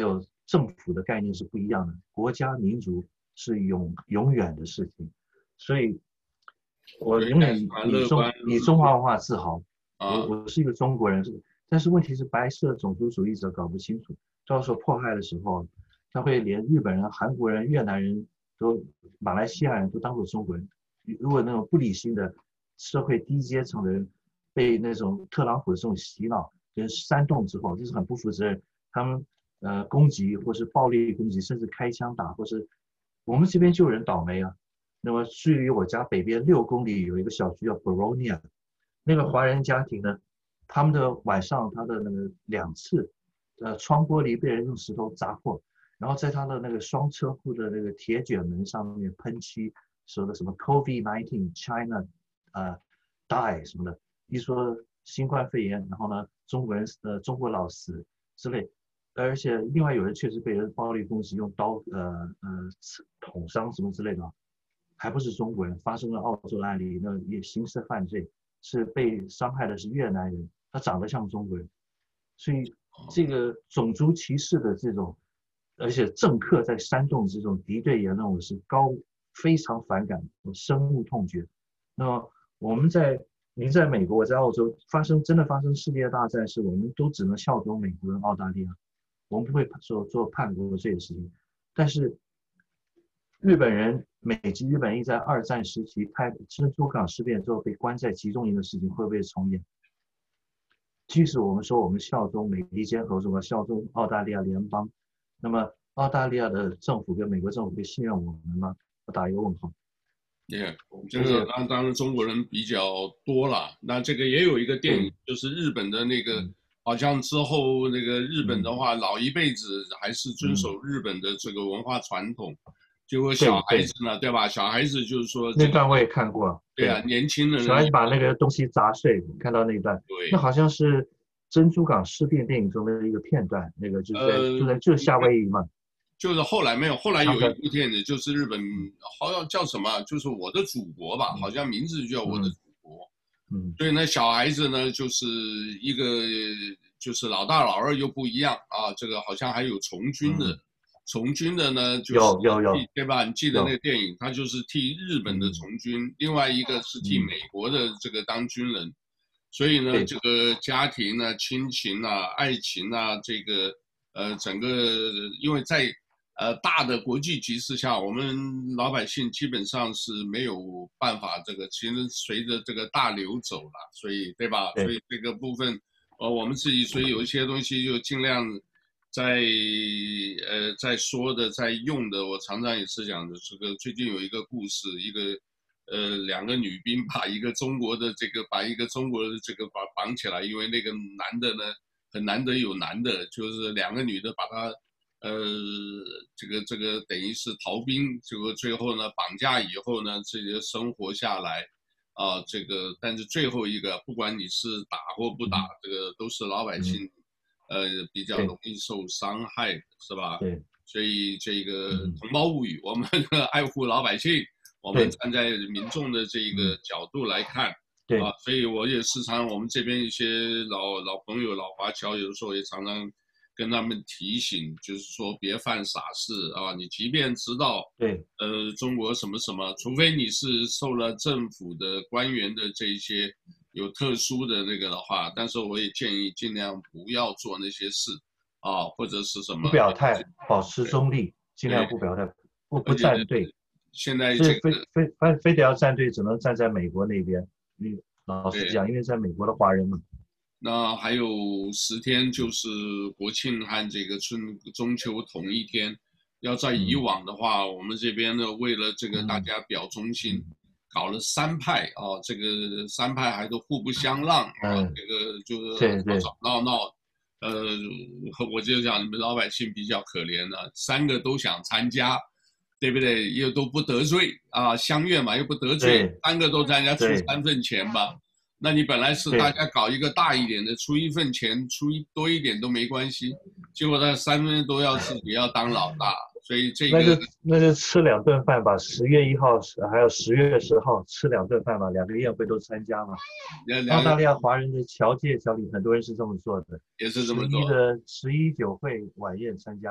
政府的概念是不一样的，国家民族是永永远的事情，所以我永远以中以中华文化自豪。我我是一个中国人，但是问题是白色种族主义者搞不清楚，到时候迫害的时候，他会连日本人、韩国人、越南人都、马来西亚人都当作中国人。如果那种不理性的社会低阶层的人被那种特朗普的这种洗脑跟煽动之后，这是很不负责任。他们呃攻击或是暴力攻击，甚至开枪打，或是我们这边就有人倒霉啊。那么距离我家北边六公里有一个小区叫 Boronia， 那个华人家庭呢，他们的晚上他的那个两次呃窗玻璃被人用石头砸破，然后在他的那个双车库的那个铁卷门上面喷漆，说的什么 COVID 十九 China 呃 die 什么的，一说新冠肺炎，然后呢中国人呃中国佬死之类。而且另外有人确实被人暴力攻击，用刀呃呃捅伤什么之类的，还不是中国人，发生了澳洲的案例，那也刑事犯罪，是被伤害的是越南人，他长得像中国人，所以这个种族歧视的这种，而且政客在煽动这种敌对言论，我是高非常反感，我深恶痛绝。那么我们在您在美国，我在澳洲发生真的发生世界大战时，我们都只能效忠美国跟澳大利亚。我们不会做做叛国这些事情，但是日本人美籍日本人在二战时期开珍珠港事变之后被关在集中营的事情会不会重演？即使我们说我们效忠美利坚合众，效忠澳大利亚联邦，那么澳大利亚的政府跟美国政府会信任我们吗？我打一个问号。 Yeah， 这个当当然中国人比较多了。那这个也有一个电影，就是日本的那个。嗯，好像之后那个日本的话，老一辈子还是遵守日本的这个文化传统，结果小孩子呢，对吧？小孩子就是说那段我也看过， 对啊，年轻人小孩子把那个东西砸碎，看到那一段， 对， 那好像是珍珠港事变电影中的一个片段，那个就是在就在就是夏威夷嘛， 就是后来没有，后来有一部片子就是日本好像叫什么，就是我的祖国吧，好像名字就叫我的祖国。嗯，所以呢，小孩子呢，就是一个就是老大老二又不一样啊，这个好像还有从军的，嗯、从军的呢，就是有有有， 对吧？你记得那个电影，他就是替日本的从军，嗯、另外一个是替美国的这个当军人，嗯、所以呢，这个家庭啊、亲情啊、爱情啊，这个呃，整个因为在。呃，大的国际局势下，我们老百姓基本上是没有办法这个，其实随着这个大流走了，所以对吧？对，所以这个部分，呃，我们自己所以有一些东西就尽量在呃在说的，在用的。我常常也是讲的，这个最近有一个故事，一个呃两个女兵把一个中国的这个把一个中国的这个绑绑起来，因为那个男的呢很难得有男的，就是两个女的把他。呃，这个这个等于是逃兵，结果最后呢绑架以后呢，这些生活下来，啊、呃，这个但是最后一个，不管你是打或不打，这个都是老百姓，嗯、呃比较容易受伤害的，是吧？ 对， 所以这个同胞物语，我们爱护老百姓，我们站在民众的这个角度来看， 对啊，所以我也时常我们这边一些老老朋友、老华侨，有的时候也常常。跟他们提醒，就是说别犯傻事啊！你即便知道， 对， 呃，中国什么什么，除非你是受了政府的官员的这些有特殊的那个的话，但是我也建议尽量不要做那些事啊，或者是什么不表态，保持中立，尽量不表态，不不站队。 现在这个非非非非得要站队，只能站在美国那边。你老实讲，因为在美国的华人嘛。 那还有十天就是国庆和这个春中秋同一天，要在以往的话，嗯、我们这边呢为了这个大家表忠心，嗯、搞了三派啊，这个三派还都互不相让啊，嗯、这个就是吵吵闹闹。呃，我就讲你们老百姓比较可怜了，三个都想参加，对不对？又都不得罪啊，相悦嘛又不得罪，三个都参加，出三份钱吧。那你本来是大家搞一个大一点的，出一份钱，出一多一点都没关系，结果他三分都要自己要当老大，所以这个那就那就吃两顿饭吧，十月一号还有十月十号吃两顿饭吧，两个宴会都参加嘛。澳大利亚华人的侨界小礼，很多人是这么做的， 也是这么做。 十一的十一酒会晚宴参加，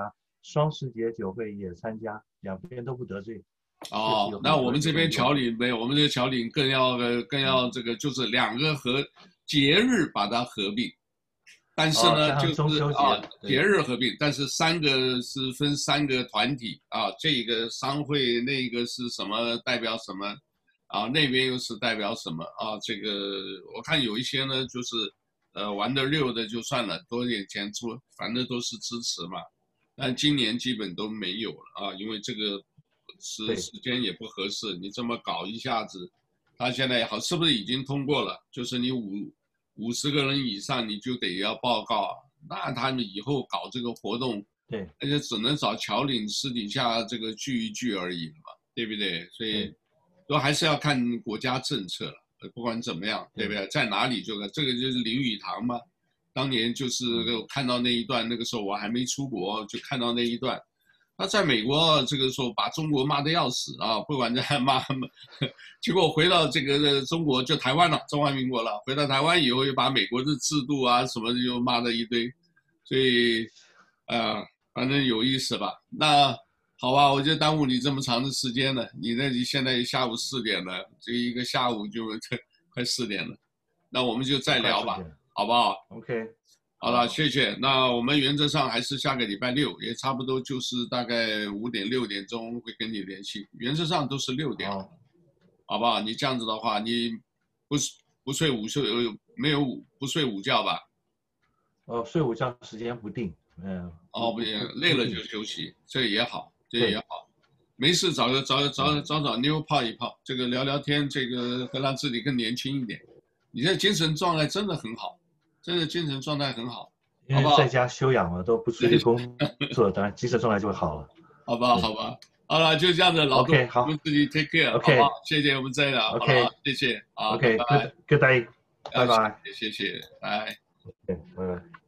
双十节酒会也参加，两边都不得罪。 哦，那我们这边侨领没有，我们这个侨领更要更要这个，就是两个合节日把它合并，但是呢， 哦、 就是啊节日合并，但是三个是分三个团体啊，这个商会那个是什么代表什么啊，那边又是代表什么啊？这个我看有一些呢，就是呃玩的溜的就算了，多点钱出，反正都是支持嘛。但今年基本都没有了啊，因为这个。时时间也不合适，你这么搞一下子，他现在好是不是已经通过了？就是你五五十个人以上你就得要报告，那他们以后搞这个活动， 对， 而且只能找侨领私底下这个聚一聚而已嘛，对不对？所以都还是要看国家政策了，不管怎么样，对不对？在哪里就这个就是林语堂嘛，当年就是看到那一段，那个时候我还没出国，就看到那一段。他在美国这个时候把中国骂得要死啊，不管在骂，结果回到这个中国就台湾了，中华民国了。回到台湾以后又把美国的制度啊什么的又骂了一堆，所以，呃，反正有意思吧。那好吧，我就耽误你这么长的时间了。你那现在下午四点了，这一个下午就快四点了，那我们就再聊吧，好不好 ？OK。 好了，谢谢。那我们原则上还是下个礼拜六，也差不多就是大概五点六点钟会跟你联系。原则上都是六点， 哦、 好不好？你这样子的话，你不不睡午睡没有午不睡午觉吧？ 哦，睡午觉时间不定，嗯。 哦，不行，累了就休息，这也好，这也好。没事找个找找找找妞泡一泡，这个聊聊天，这个会让自己更年轻一点。你现在精神状态真的很好。真的精神状态很好， 因为在家休养了，都不出去工作，当然精神状态就会好了。 好吧，好吧，好了，就这样子，老杜， OK， 好， 我们自己 take care， OK， 好吧，谢谢，我们再聊 ，OK， 谢谢，好 ，OK， 拜拜 good，good day，拜拜， 谢谢，拜拜。 拜拜。